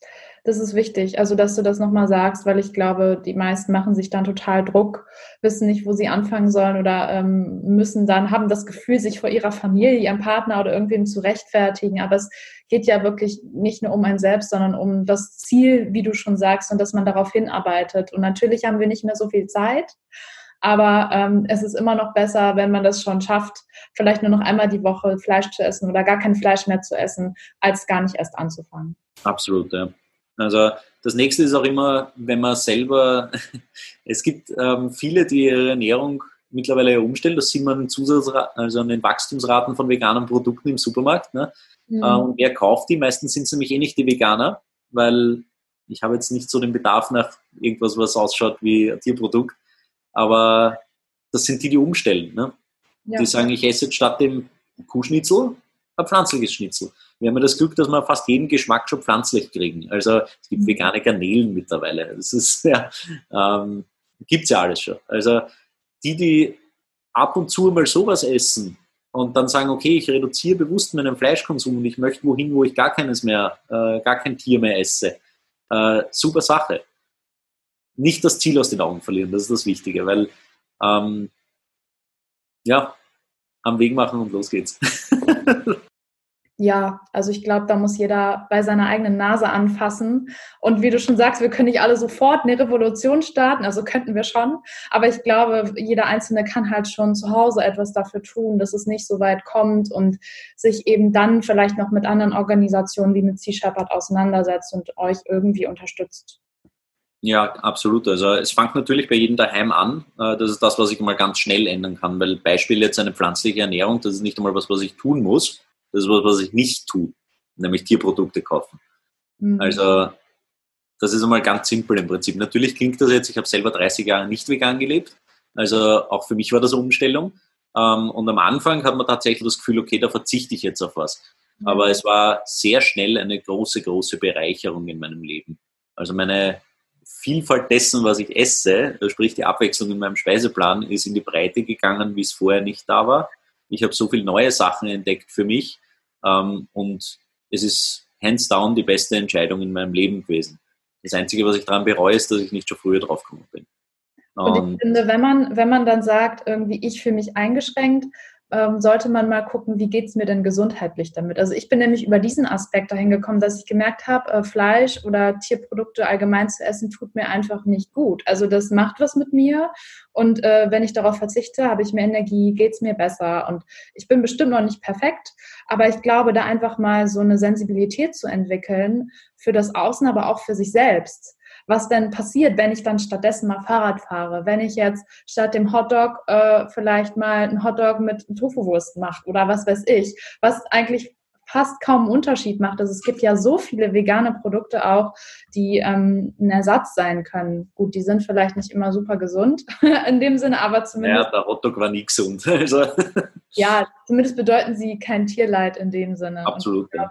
Das ist wichtig, also dass du das nochmal sagst, weil ich glaube, die meisten machen sich dann total Druck, wissen nicht, wo sie anfangen sollen oder müssen dann, haben das Gefühl, sich vor ihrer Familie, ihrem Partner oder irgendwem zu rechtfertigen. Aber es geht ja wirklich nicht nur um einen selbst, sondern um das Ziel, wie du schon sagst, und dass man darauf hinarbeitet. Und natürlich haben wir nicht mehr so viel Zeit, aber es ist immer noch besser, wenn man das schon schafft, vielleicht nur noch einmal die Woche Fleisch zu essen oder gar kein Fleisch mehr zu essen, als gar nicht erst anzufangen. Absolut, ja. Also das nächste ist auch immer, wenn man selber, es gibt viele, die ihre Ernährung mittlerweile umstellen, das sieht man also an den Wachstumsraten von veganen Produkten im Supermarkt. Ne? Und wer kauft die? Meistens sind es nämlich nicht die Veganer, weil ich habe jetzt nicht so den Bedarf nach irgendwas, was ausschaut wie ein Tierprodukt, aber das sind die umstellen. Ne? Ja. Die sagen, ich esse jetzt statt dem Kuhschnitzel ein pflanzliches Schnitzel. Wir haben ja das Glück, dass wir fast jeden Geschmack schon pflanzlich kriegen. Also es gibt vegane Garnelen mittlerweile. Das ist ja, gibt's ja alles schon. Also die ab und zu mal sowas essen und dann sagen, okay, ich reduziere bewusst meinen Fleischkonsum und ich möchte wohin, wo ich gar kein Tier mehr esse. Super Sache. Nicht das Ziel aus den Augen verlieren, das ist das Wichtige, weil am Weg machen und los geht's. Ja, also ich glaube, da muss jeder bei seiner eigenen Nase anfassen. Und wie du schon sagst, wir können nicht alle sofort eine Revolution starten, also könnten wir schon. Aber ich glaube, jeder Einzelne kann halt schon zu Hause etwas dafür tun, dass es nicht so weit kommt und sich eben dann vielleicht noch mit anderen Organisationen wie mit Sea Shepherd auseinandersetzt und euch irgendwie unterstützt. Ja, absolut. Also es fängt natürlich bei jedem daheim an. Das ist das, was ich mal ganz schnell ändern kann. Weil Beispiel jetzt eine pflanzliche Ernährung, das ist nicht einmal was ich tun muss. Das ist was ich nicht tue, nämlich Tierprodukte kaufen. Mhm. Also das ist einmal ganz simpel im Prinzip. Natürlich klingt das jetzt, ich habe selber 30 Jahre nicht vegan gelebt, also auch für mich war das eine Umstellung. Und am Anfang hat man tatsächlich das Gefühl, okay, da verzichte ich jetzt auf was. Mhm. Aber es war sehr schnell eine große, große Bereicherung in meinem Leben. Also meine Vielfalt dessen, was ich esse, sprich die Abwechslung in meinem Speiseplan, ist in die Breite gegangen, wie es vorher nicht da war. Ich habe so viele neue Sachen entdeckt für mich. Und es ist hands down die beste Entscheidung in meinem Leben gewesen. Das Einzige, was ich daran bereue, ist, dass ich nicht schon früher drauf gekommen bin. Und ich finde, wenn man dann sagt, irgendwie ich fühle mich eingeschränkt, sollte man mal gucken, wie geht es mir denn gesundheitlich damit. Also ich bin nämlich über diesen Aspekt dahin gekommen, dass ich gemerkt habe, Fleisch oder Tierprodukte allgemein zu essen, tut mir einfach nicht gut. Also das macht was mit mir und wenn ich darauf verzichte, habe ich mehr Energie, geht es mir besser. Und ich bin bestimmt noch nicht perfekt, aber ich glaube, da einfach mal so eine Sensibilität zu entwickeln für das Außen, aber auch für sich selbst. Was denn passiert, wenn ich dann stattdessen mal Fahrrad fahre? Wenn ich jetzt statt dem Hotdog vielleicht mal einen Hotdog mit Tofuwurst mache oder was weiß ich, was eigentlich fast kaum einen Unterschied macht. Also es gibt ja so viele vegane Produkte auch, die ein Ersatz sein können. Gut, die sind vielleicht nicht immer super gesund in dem Sinne, aber zumindest... Ja, der Hotdog war nie gesund. Also. Ja, zumindest bedeuten sie kein Tierleid in dem Sinne. Absolut, ja.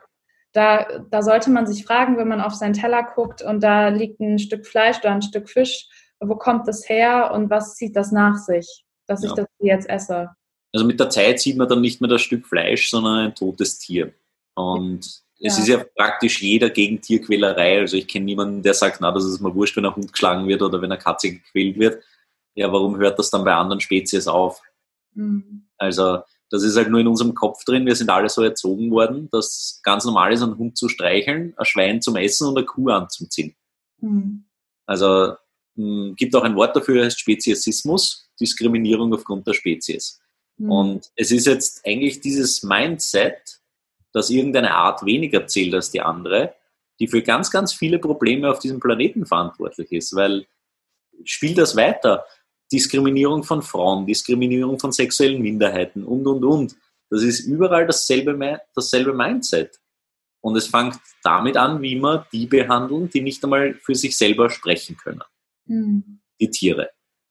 Da sollte man sich fragen, wenn man auf seinen Teller guckt und da liegt ein Stück Fleisch oder ein Stück Fisch, wo kommt das her und was zieht das nach sich, dass ich das jetzt esse? Also mit der Zeit sieht man dann nicht mehr das Stück Fleisch, sondern ein totes Tier. Und es ist ja praktisch jeder gegen Tierquälerei. Also ich kenne niemanden, der sagt, na, das ist mir wurscht, wenn ein Hund geschlagen wird oder wenn eine Katze gequält wird. Ja, warum hört das dann bei anderen Spezies auf? Mhm. Also das ist halt nur in unserem Kopf drin. Wir sind alle so erzogen worden, dass ganz normal ist, einen Hund zu streicheln, ein Schwein zum Essen und eine Kuh anzuziehen. Mhm. Also gibt auch ein Wort dafür, heißt Speziesismus, Diskriminierung aufgrund der Spezies. Mhm. Und es ist jetzt eigentlich dieses Mindset, dass irgendeine Art weniger zählt als die andere, die für ganz, ganz viele Probleme auf diesem Planeten verantwortlich ist. Weil spielt das weiter. Diskriminierung von Frauen, Diskriminierung von sexuellen Minderheiten und. Das ist überall dasselbe Mindset. Und es fängt damit an, wie wir die behandeln, die nicht einmal für sich selber sprechen können. Mhm. Die Tiere.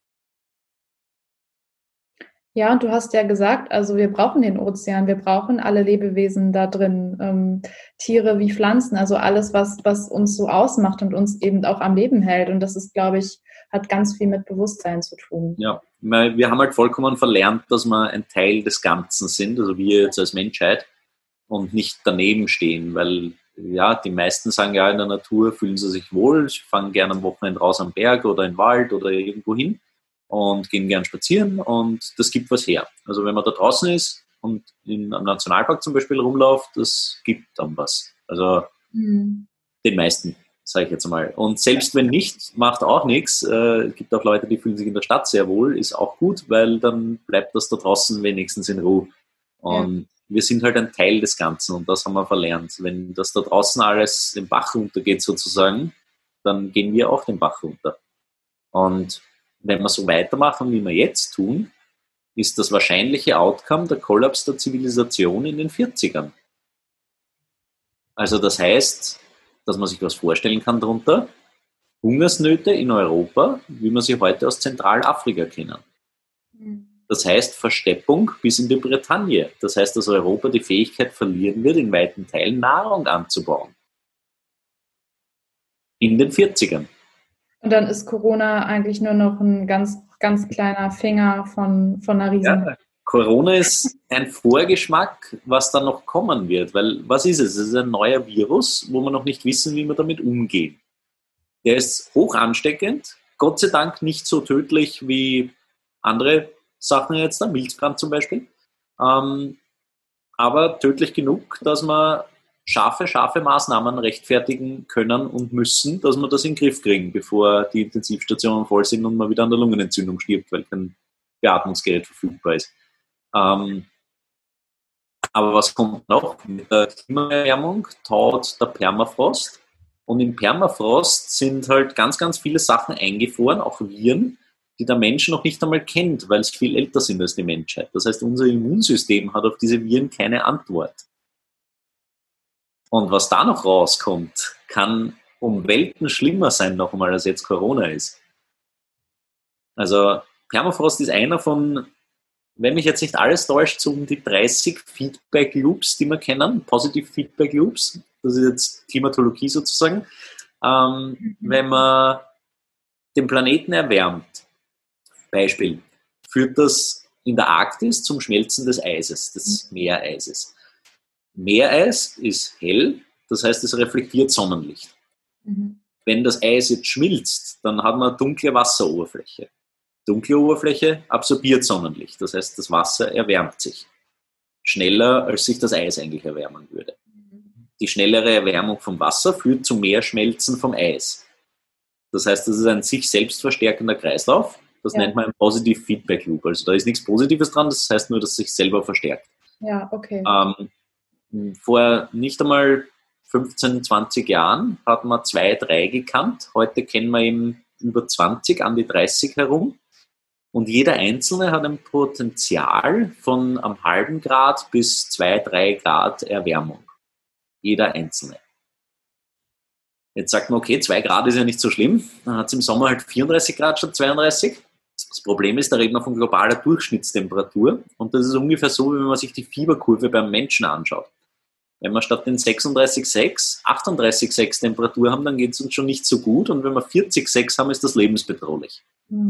Ja, und du hast ja gesagt, also wir brauchen den Ozean, wir brauchen alle Lebewesen da drin, Tiere wie Pflanzen, also alles, was uns so ausmacht und uns eben auch am Leben hält. Und das ist, glaube ich, hat ganz viel mit Bewusstsein zu tun. Ja, wir haben halt vollkommen verlernt, dass wir ein Teil des Ganzen sind, also wir jetzt als Menschheit und nicht daneben stehen, weil ja, die meisten sagen ja, in der Natur fühlen sie sich wohl, sie fahren gerne am Wochenende raus am Berg oder in den Wald oder irgendwo hin und gehen gern spazieren und das gibt was her. Also wenn man da draußen ist und am Nationalpark zum Beispiel rumläuft, das gibt dann was. Also den meisten, sage ich jetzt mal. Und selbst wenn nicht, macht auch nichts. Es gibt auch Leute, die fühlen sich in der Stadt sehr wohl, ist auch gut, weil dann bleibt das da draußen wenigstens in Ruhe. Und wir sind halt ein Teil des Ganzen und das haben wir verlernt. Wenn das da draußen alles den Bach runtergeht sozusagen, dann gehen wir auch den Bach runter. Und wenn wir so weitermachen, wie wir jetzt tun, ist das wahrscheinliche Outcome der Kollaps der Zivilisation in den 40ern. Also das heißt, dass man sich was vorstellen kann darunter, Hungersnöte in Europa, wie wir sie heute aus Zentralafrika kennen. Das heißt Versteppung bis in die Bretagne. Das heißt, dass Europa die Fähigkeit verlieren wird, in weiten Teilen Nahrung anzubauen. In den 40ern. Und dann ist Corona eigentlich nur noch ein ganz, ganz kleiner Finger von einer riesen... Ja, Corona ist ein Vorgeschmack, was da noch kommen wird. Weil, was ist es? Es ist ein neuer Virus, wo wir noch nicht wissen, wie wir damit umgehen. Der ist hoch ansteckend, Gott sei Dank nicht so tödlich wie andere Sachen jetzt, der Milzbrand zum Beispiel. Aber tödlich genug, dass wir scharfe Maßnahmen rechtfertigen können und müssen, dass wir das in den Griff kriegen, bevor die Intensivstationen voll sind und man wieder an der Lungenentzündung stirbt, weil kein Beatmungsgerät verfügbar ist. Aber was kommt noch? Mit der Klimaerwärmung taut der Permafrost. Und im Permafrost sind halt ganz, ganz viele Sachen eingefroren, auch Viren, die der Mensch noch nicht einmal kennt, weil sie viel älter sind als die Menschheit. Das heißt, unser Immunsystem hat auf diese Viren keine Antwort. Und was da noch rauskommt, kann um Welten schlimmer sein noch einmal, als jetzt Corona ist. Also Permafrost ist einer von, wenn mich jetzt nicht alles täuscht, so um die 30 Feedback Loops, die wir kennen, Positive Feedback Loops. Das ist jetzt Klimatologie sozusagen. Wenn man den Planeten erwärmt, Beispiel, führt das in der Arktis zum Schmelzen des Eises, des Meereises. Meereis ist hell, das heißt, es reflektiert Sonnenlicht. Wenn das Eis jetzt schmilzt, dann hat man eine dunkle Wasseroberfläche. Dunkle Oberfläche absorbiert Sonnenlicht, das heißt, das Wasser erwärmt sich. Schneller, als sich das Eis eigentlich erwärmen würde. Die schnellere Erwärmung vom Wasser führt zu mehr Schmelzen vom Eis. Das heißt, das ist ein sich selbst verstärkender Kreislauf. Das nennt man ein Positive Feedback Loop. Also da ist nichts Positives dran, das heißt nur, dass es sich selber verstärkt. Ja, okay. Vor nicht einmal 15, 20 Jahren hat man 2, 3 gekannt. Heute kennen wir eben über 20, an die 30 herum. Und jeder Einzelne hat ein Potenzial von einem halben Grad bis 2, 3 Grad Erwärmung. Jeder Einzelne. Jetzt sagt man, okay, 2 Grad ist ja nicht so schlimm. Dann hat es im Sommer halt 34 Grad statt 32. Das Problem ist, da reden wir von globaler Durchschnittstemperatur. Und das ist ungefähr so, wie wenn man sich die Fieberkurve beim Menschen anschaut. Wenn wir statt den 36,6 38,6 Temperatur haben, dann geht es uns schon nicht so gut. Und wenn wir 40,6 haben, ist das lebensbedrohlich.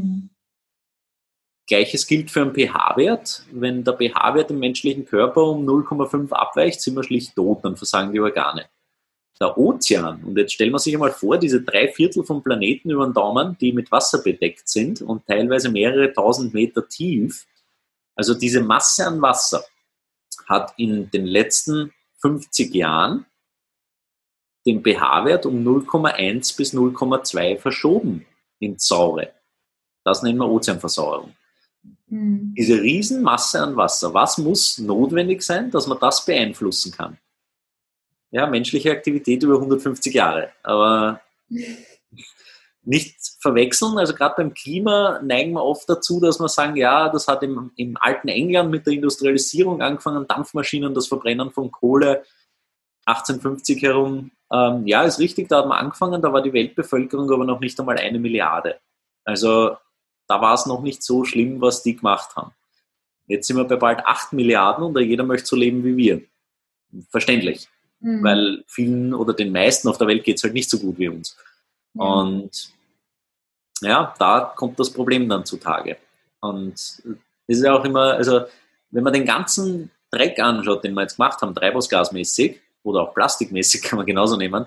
Gleiches gilt für einen pH-Wert. Wenn der pH-Wert im menschlichen Körper um 0,5 abweicht, sind wir schlicht tot, dann versagen die Organe. Der Ozean, und jetzt stellen wir sich einmal vor, diese 3/4 vom Planeten über den Daumen, die mit Wasser bedeckt sind und teilweise mehrere tausend Meter tief, also diese Masse an Wasser hat in den letzten 50 Jahren den pH-Wert um 0,1 bis 0,2 verschoben ins Saure. Das nennen wir Ozeanversauerung. Diese Riesenmasse an Wasser, was muss notwendig sein, dass man das beeinflussen kann? Ja, menschliche Aktivität über 150 Jahre, aber nicht verwechseln. Also gerade beim Klima neigen wir oft dazu, dass wir sagen, ja, das hat im alten England mit der Industrialisierung angefangen, Dampfmaschinen, das Verbrennen von Kohle, 1850 herum. Ja, ist richtig, da hat man angefangen, da war die Weltbevölkerung aber noch nicht einmal 1 Milliarde. Also da war es noch nicht so schlimm, was die gemacht haben. Jetzt sind wir bei bald 8 Milliarden und jeder möchte so leben wie wir. Verständlich. Weil vielen oder den meisten auf der Welt geht es halt nicht so gut wie uns. Und ja, da kommt das Problem dann zutage. Und es ist ja auch immer, also wenn man den ganzen Dreck anschaut, den wir jetzt gemacht haben, treibhausgasmäßig, oder auch plastikmäßig kann man genauso nehmen,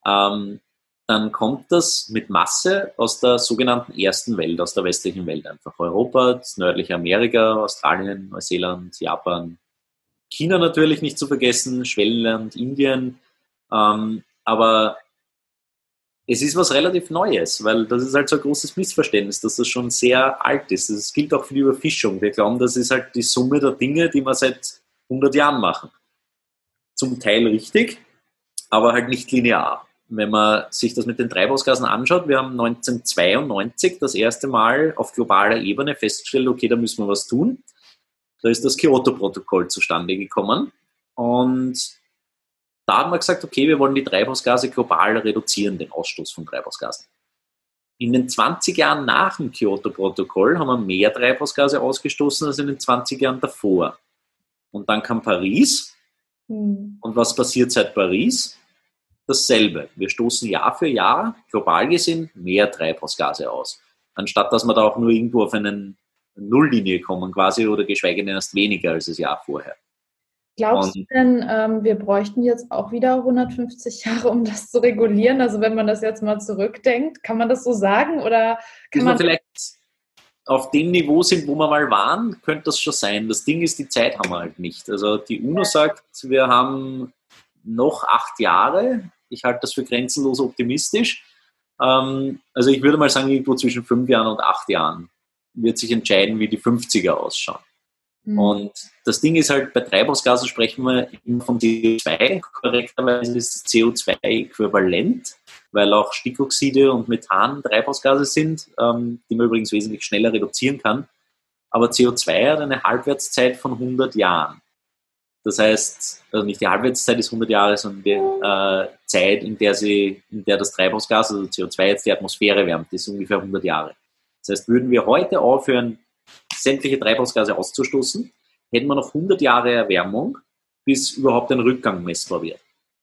dann kommt das mit Masse aus der sogenannten ersten Welt, aus der westlichen Welt einfach. Europa, das nördliche Amerika, Australien, Neuseeland, Japan, China natürlich nicht zu vergessen, Schwellenland, Indien. Aber es ist was relativ Neues, weil das ist halt so ein großes Missverständnis, dass das schon sehr alt ist. Das gilt auch für die Überfischung. Wir glauben, das ist halt die Summe der Dinge, die wir seit 100 Jahren machen. Zum Teil richtig, aber halt nicht linear. Wenn man sich das mit den Treibhausgasen anschaut, wir haben 1992 das erste Mal auf globaler Ebene festgestellt, okay, da müssen wir was tun. Da ist das Kyoto-Protokoll zustande gekommen und da haben wir gesagt, okay, wir wollen die Treibhausgase global reduzieren, den Ausstoß von Treibhausgasen. In den 20 Jahren nach dem Kyoto-Protokoll haben wir mehr Treibhausgase ausgestoßen als in den 20 Jahren davor. Und dann kam Paris. Und was passiert seit Paris? Dasselbe. Wir stoßen Jahr für Jahr, global gesehen, mehr Treibhausgase aus. Anstatt dass wir da auch nur irgendwo auf eine Nulllinie kommen quasi oder geschweige denn erst weniger als das Jahr vorher. Glaubst du denn, wir bräuchten jetzt auch wieder 150 Jahre, um das zu regulieren? Also wenn man das jetzt mal zurückdenkt, kann man das so sagen? Oder kann man vielleicht auf dem Niveau sind, wo wir mal waren, könnte das schon sein. Das Ding ist, die Zeit haben wir halt nicht. Also die UNO sagt, wir haben noch 8 Jahre. Ich halte das für grenzenlos optimistisch. Also ich würde mal sagen, irgendwo zwischen 5 Jahren und 8 Jahren wird sich entscheiden, wie die 50er ausschauen. Und das Ding ist halt, bei Treibhausgasen sprechen wir immer von CO2. Korrekterweise ist das CO2-Äquivalent, weil auch Stickoxide und Methan Treibhausgase sind, die man übrigens wesentlich schneller reduzieren kann. Aber CO2 hat eine Halbwertszeit von 100 Jahren. Das heißt, also nicht die Halbwertszeit ist 100 Jahre, sondern die Zeit, in der das Treibhausgas, also CO2 jetzt die Atmosphäre wärmt, ist ungefähr 100 Jahre. Das heißt, würden wir heute aufhören, sämtliche Treibhausgase auszustoßen, hätten wir noch 100 Jahre Erwärmung, bis überhaupt ein Rückgang messbar wird.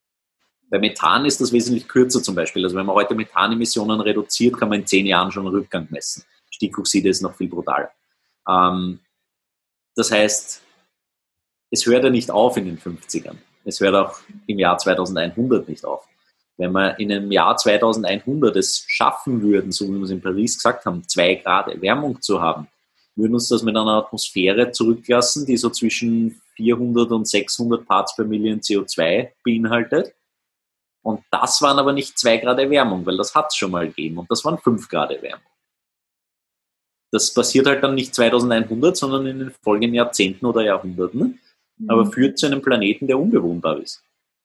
Bei Methan ist das wesentlich kürzer zum Beispiel. Also wenn man heute Methanemissionen reduziert, kann man in 10 Jahren schon einen Rückgang messen. Stickoxide ist noch viel brutaler. Das heißt, es hört ja nicht auf in den 50ern. Es hört auch im Jahr 2100 nicht auf. Wenn wir in einem Jahr 2100 es schaffen würden, so wie wir es in Paris gesagt haben, 2 Grad Erwärmung zu haben, würden uns das mit einer Atmosphäre zurücklassen, die so zwischen 400 und 600 Parts per Million CO2 beinhaltet. Und das waren aber nicht 2 Grad Erwärmung, weil das hat es schon mal gegeben. Und das waren 5 Grad Erwärmung. Das passiert halt dann nicht 2100, sondern in den folgenden Jahrzehnten oder Jahrhunderten, aber führt zu einem Planeten, der unbewohnbar ist.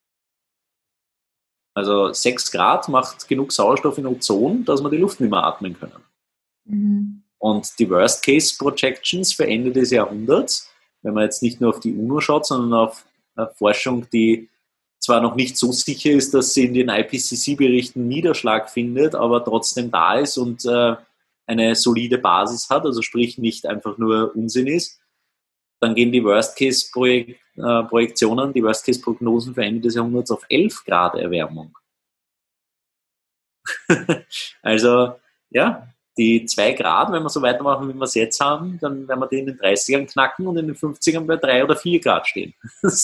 Also 6 Grad macht genug Sauerstoff in Ozon, dass wir die Luft nicht mehr atmen können. Und die Worst-Case-Projections für Ende des Jahrhunderts, wenn man jetzt nicht nur auf die UNO schaut, sondern auf Forschung, die zwar noch nicht so sicher ist, dass sie in den IPCC-Berichten Niederschlag findet, aber trotzdem da ist und eine solide Basis hat, also sprich nicht einfach nur Unsinn ist, dann gehen die Worst-Case-Projektionen, die Worst-Case-Prognosen für Ende des Jahrhunderts auf 11 Grad Erwärmung. Also, ja, die 2 Grad, wenn wir so weitermachen, wie wir es jetzt haben, dann werden wir die in den 30ern knacken und in den 50ern bei 3 oder 4 Grad stehen.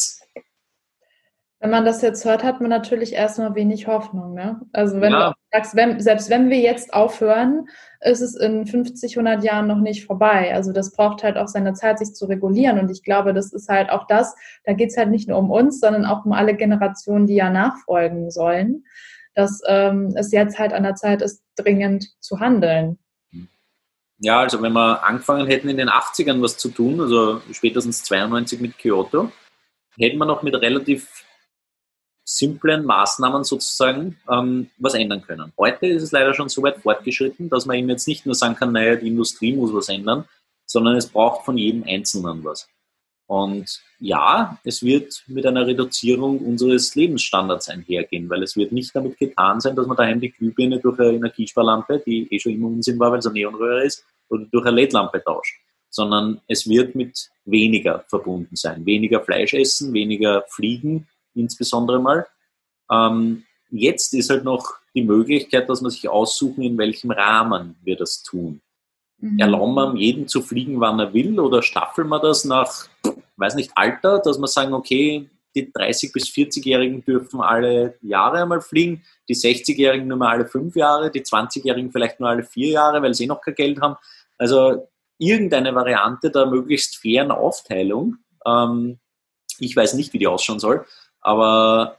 Wenn man das jetzt hört, hat man natürlich erstmal wenig Hoffnung. Ne? Also wenn du sagst, selbst wenn wir jetzt aufhören, ist es in 50, 100 Jahren noch nicht vorbei. Also das braucht halt auch seine Zeit, sich zu regulieren. Und ich glaube, das ist halt auch das, da geht es halt nicht nur um uns, sondern auch um alle Generationen, die ja nachfolgen sollen, dass es jetzt halt an der Zeit ist, dringend zu handeln. Ja, also wenn wir angefangen hätten in den 80ern was zu tun, also spätestens 92 mit Kyoto, hätten wir noch mit relativ simplen Maßnahmen sozusagen was ändern können. Heute ist es leider schon so weit fortgeschritten, dass man eben jetzt nicht nur sagen kann, naja, die Industrie muss was ändern, sondern es braucht von jedem Einzelnen was. Und ja, es wird mit einer Reduzierung unseres Lebensstandards einhergehen, weil es wird nicht damit getan sein, dass man daheim die Glühbirne durch eine Energiesparlampe, die schon immer Unsinn war, weil es eine Neonröhre ist, oder durch eine LED-Lampe tauscht, sondern es wird mit weniger verbunden sein. Weniger Fleisch essen, weniger fliegen, insbesondere mal. Jetzt ist halt noch die Möglichkeit, dass man sich aussuchen, in welchem Rahmen wir das tun. Erlauben wir jedem zu fliegen, wann er will, oder staffeln wir das nach, weiß nicht, Alter, dass wir sagen, okay, die 30- bis 40-Jährigen dürfen alle Jahre einmal fliegen, die 60-Jährigen nur mal alle 5 Jahre, die 20-Jährigen vielleicht nur alle 4 Jahre, weil sie noch kein Geld haben. Also irgendeine Variante der möglichst fairen Aufteilung. Ich weiß nicht, wie die ausschauen soll, aber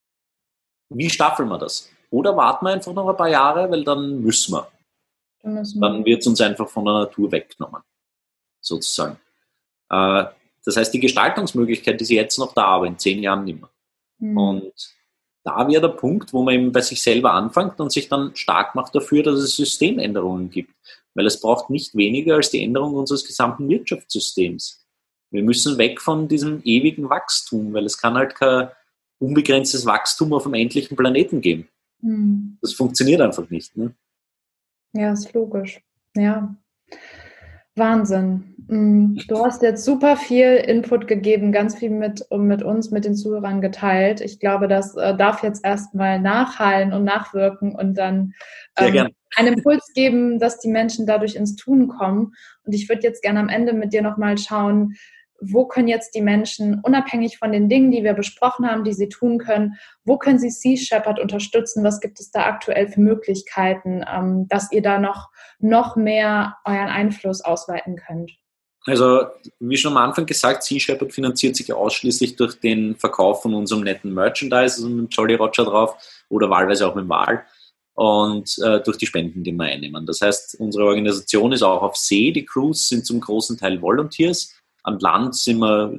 wie staffeln wir das? Oder warten wir einfach noch ein paar Jahre, weil dann müssen wir. Dann wird es uns einfach von der Natur weggenommen, sozusagen. Das heißt, die Gestaltungsmöglichkeit ist jetzt noch da, aber in 10 Jahren nicht mehr. Und da wäre der Punkt, wo man eben bei sich selber anfängt und sich dann stark macht dafür, dass es Systemänderungen gibt. Weil es braucht nicht weniger als die Änderung unseres gesamten Wirtschaftssystems. Wir müssen weg von diesem ewigen Wachstum, weil es kann halt kein unbegrenztes Wachstum auf einem endlichen Planeten geben. Das funktioniert einfach nicht. Ne? Ja, ist logisch. Ja. Wahnsinn. Du hast jetzt super viel Input gegeben, ganz viel mit uns, mit den Zuhörern geteilt. Ich glaube, das darf jetzt erstmal nachhallen und nachwirken und dann einen Impuls geben, dass die Menschen dadurch ins Tun kommen. Und ich würde jetzt gerne am Ende mit dir nochmal schauen, wo können jetzt die Menschen, unabhängig von den Dingen, die wir besprochen haben, die sie tun können, wo können sie Sea Shepherd unterstützen? Was gibt es da aktuell für Möglichkeiten, dass ihr da noch mehr euren Einfluss ausweiten könnt? Also, wie schon am Anfang gesagt, Sea Shepherd finanziert sich ausschließlich durch den Verkauf von unserem netten Merchandise, also mit Jolly Roger drauf oder wahlweise auch mit Wal und durch die Spenden, die wir einnehmen. Das heißt, unsere Organisation ist auch auf See. Die Crews sind zum großen Teil Volunteers. An Land sind wir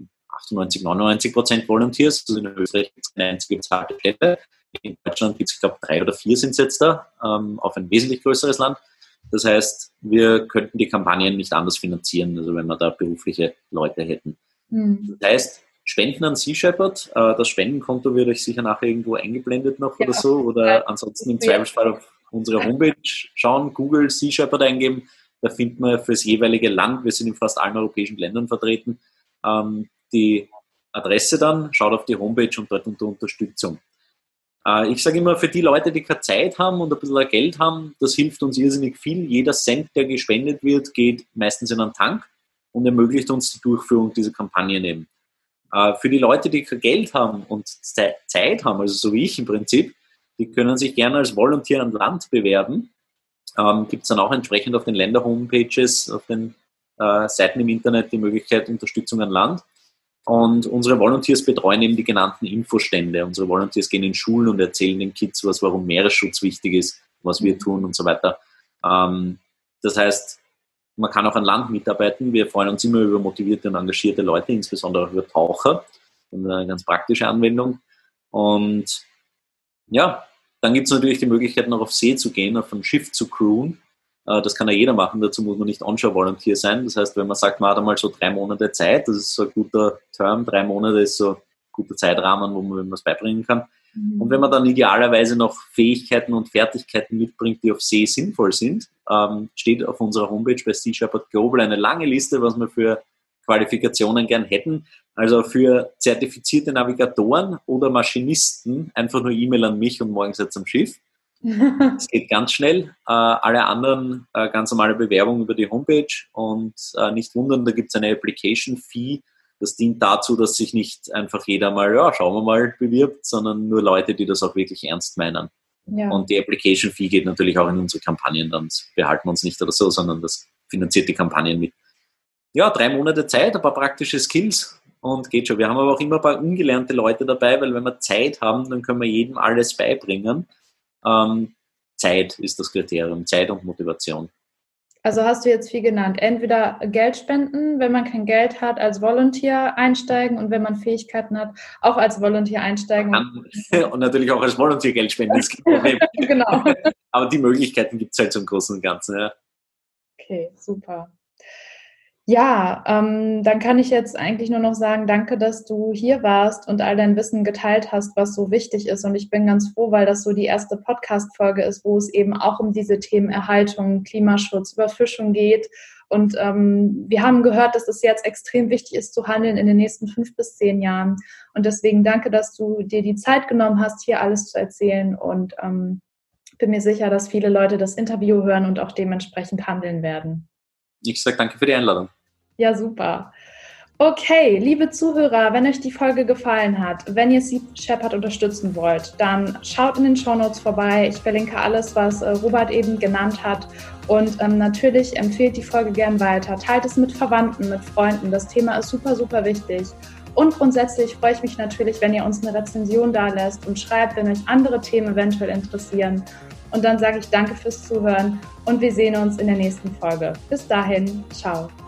98-99% Volunteers. Also in Österreich gibt es keine einzige bezahlte Stelle. In Deutschland gibt es, ich glaube, 3 oder 4 sind es jetzt da, auf ein wesentlich größeres Land. Das heißt, wir könnten die Kampagnen nicht anders finanzieren, also wenn wir da berufliche Leute hätten. Das heißt, Spenden an Sea Shepherd, das Spendenkonto wird euch sicher nachher irgendwo eingeblendet noch oder so, oder ansonsten im Zweifelsfall auf unserer Homepage schauen, Google Sea Shepherd eingeben. Da findet man fürs jeweilige Land, wir sind in fast allen europäischen Ländern vertreten, die Adresse dann, schaut auf die Homepage und dort unter Unterstützung. Ich sage immer, für die Leute, die keine Zeit haben und ein bisschen Geld haben, das hilft uns irrsinnig viel. Jeder Cent, der gespendet wird, geht meistens in einen Tank und ermöglicht uns die Durchführung dieser Kampagnen eben. Für die Leute, die kein Geld haben und Zeit haben, also so wie ich im Prinzip, die können sich gerne als Volunteer an Land bewerben. Gibt es dann auch entsprechend auf den Länder-Homepages, auf den Seiten im Internet die Möglichkeit Unterstützung an Land. Und unsere Volunteers betreuen eben die genannten Infostände. Unsere Volunteers gehen in Schulen und erzählen den Kids warum Meeresschutz wichtig ist, was wir tun und so weiter. Das heißt, man kann auch an Land mitarbeiten. Wir freuen uns immer über motivierte und engagierte Leute, insbesondere auch über Taucher. Das ist eine ganz praktische Anwendung. Und ja, dann gibt es natürlich die Möglichkeit, noch auf See zu gehen, auf ein Schiff zu crewen. Das kann ja jeder machen, dazu muss man nicht Onshore-Volunteer sein. Das heißt, wenn man sagt, man hat einmal so 3 Monate Zeit, das ist so ein guter Term, 3 Monate ist so ein guter Zeitrahmen, wo man es beibringen kann. Und wenn man dann idealerweise noch Fähigkeiten und Fertigkeiten mitbringt, die auf See sinnvoll sind, steht auf unserer Homepage bei Sea Shepherd Global eine lange Liste, was wir für Qualifikationen gern hätten. Also für zertifizierte Navigatoren oder Maschinisten einfach nur E-Mail an mich und morgen seid ihr am Schiff. Es geht ganz schnell. Alle anderen ganz normale Bewerbungen über die Homepage und nicht wundern, da gibt es eine Application Fee. Das dient dazu, dass sich nicht einfach jeder mal, ja, schauen wir mal, bewirbt, sondern nur Leute, die das auch wirklich ernst meinen. Ja. Und die Application Fee geht natürlich auch in unsere Kampagnen, dann behalten wir uns nicht oder so, sondern das finanziert die Kampagnen mit. Ja, 3 Monate Zeit, ein paar praktische Skills und geht schon. Wir haben aber auch immer ein paar ungelernte Leute dabei, weil wenn wir Zeit haben, dann können wir jedem alles beibringen. Zeit ist das Kriterium, Zeit und Motivation. Also hast du jetzt viel genannt. Entweder Geld spenden, wenn man kein Geld hat, als Volunteer einsteigen und wenn man Fähigkeiten hat, auch als Volunteer einsteigen. Und natürlich auch als Volunteer Geld spenden. Das gibt Genau. Aber die Möglichkeiten gibt es halt zum Großen und Ganzen. Ja. Okay, super. Ja, dann kann ich jetzt eigentlich nur noch sagen, danke, dass du hier warst und all dein Wissen geteilt hast, was so wichtig ist. Und ich bin ganz froh, weil das so die erste Podcast-Folge ist, wo es eben auch um diese Themen Erhaltung, Klimaschutz, Überfischung geht. Und wir haben gehört, dass es jetzt extrem wichtig ist, zu handeln in den nächsten 5 bis 10 Jahren. Und deswegen danke, dass du dir die Zeit genommen hast, hier alles zu erzählen. Und bin mir sicher, dass viele Leute das Interview hören und auch dementsprechend handeln werden. Ich sage danke für die Einladung. Ja, super. Okay, liebe Zuhörer, wenn euch die Folge gefallen hat, wenn ihr Sea Shepherd unterstützen wollt, dann schaut in den Shownotes vorbei. Ich verlinke alles, was Robert eben genannt hat. Und natürlich empfehlt die Folge gern weiter. Teilt es mit Verwandten, mit Freunden. Das Thema ist super, super wichtig. Und grundsätzlich freue ich mich natürlich, wenn ihr uns eine Rezension dalässt und schreibt, wenn euch andere Themen eventuell interessieren. Und dann sage ich danke fürs Zuhören und wir sehen uns in der nächsten Folge. Bis dahin, ciao.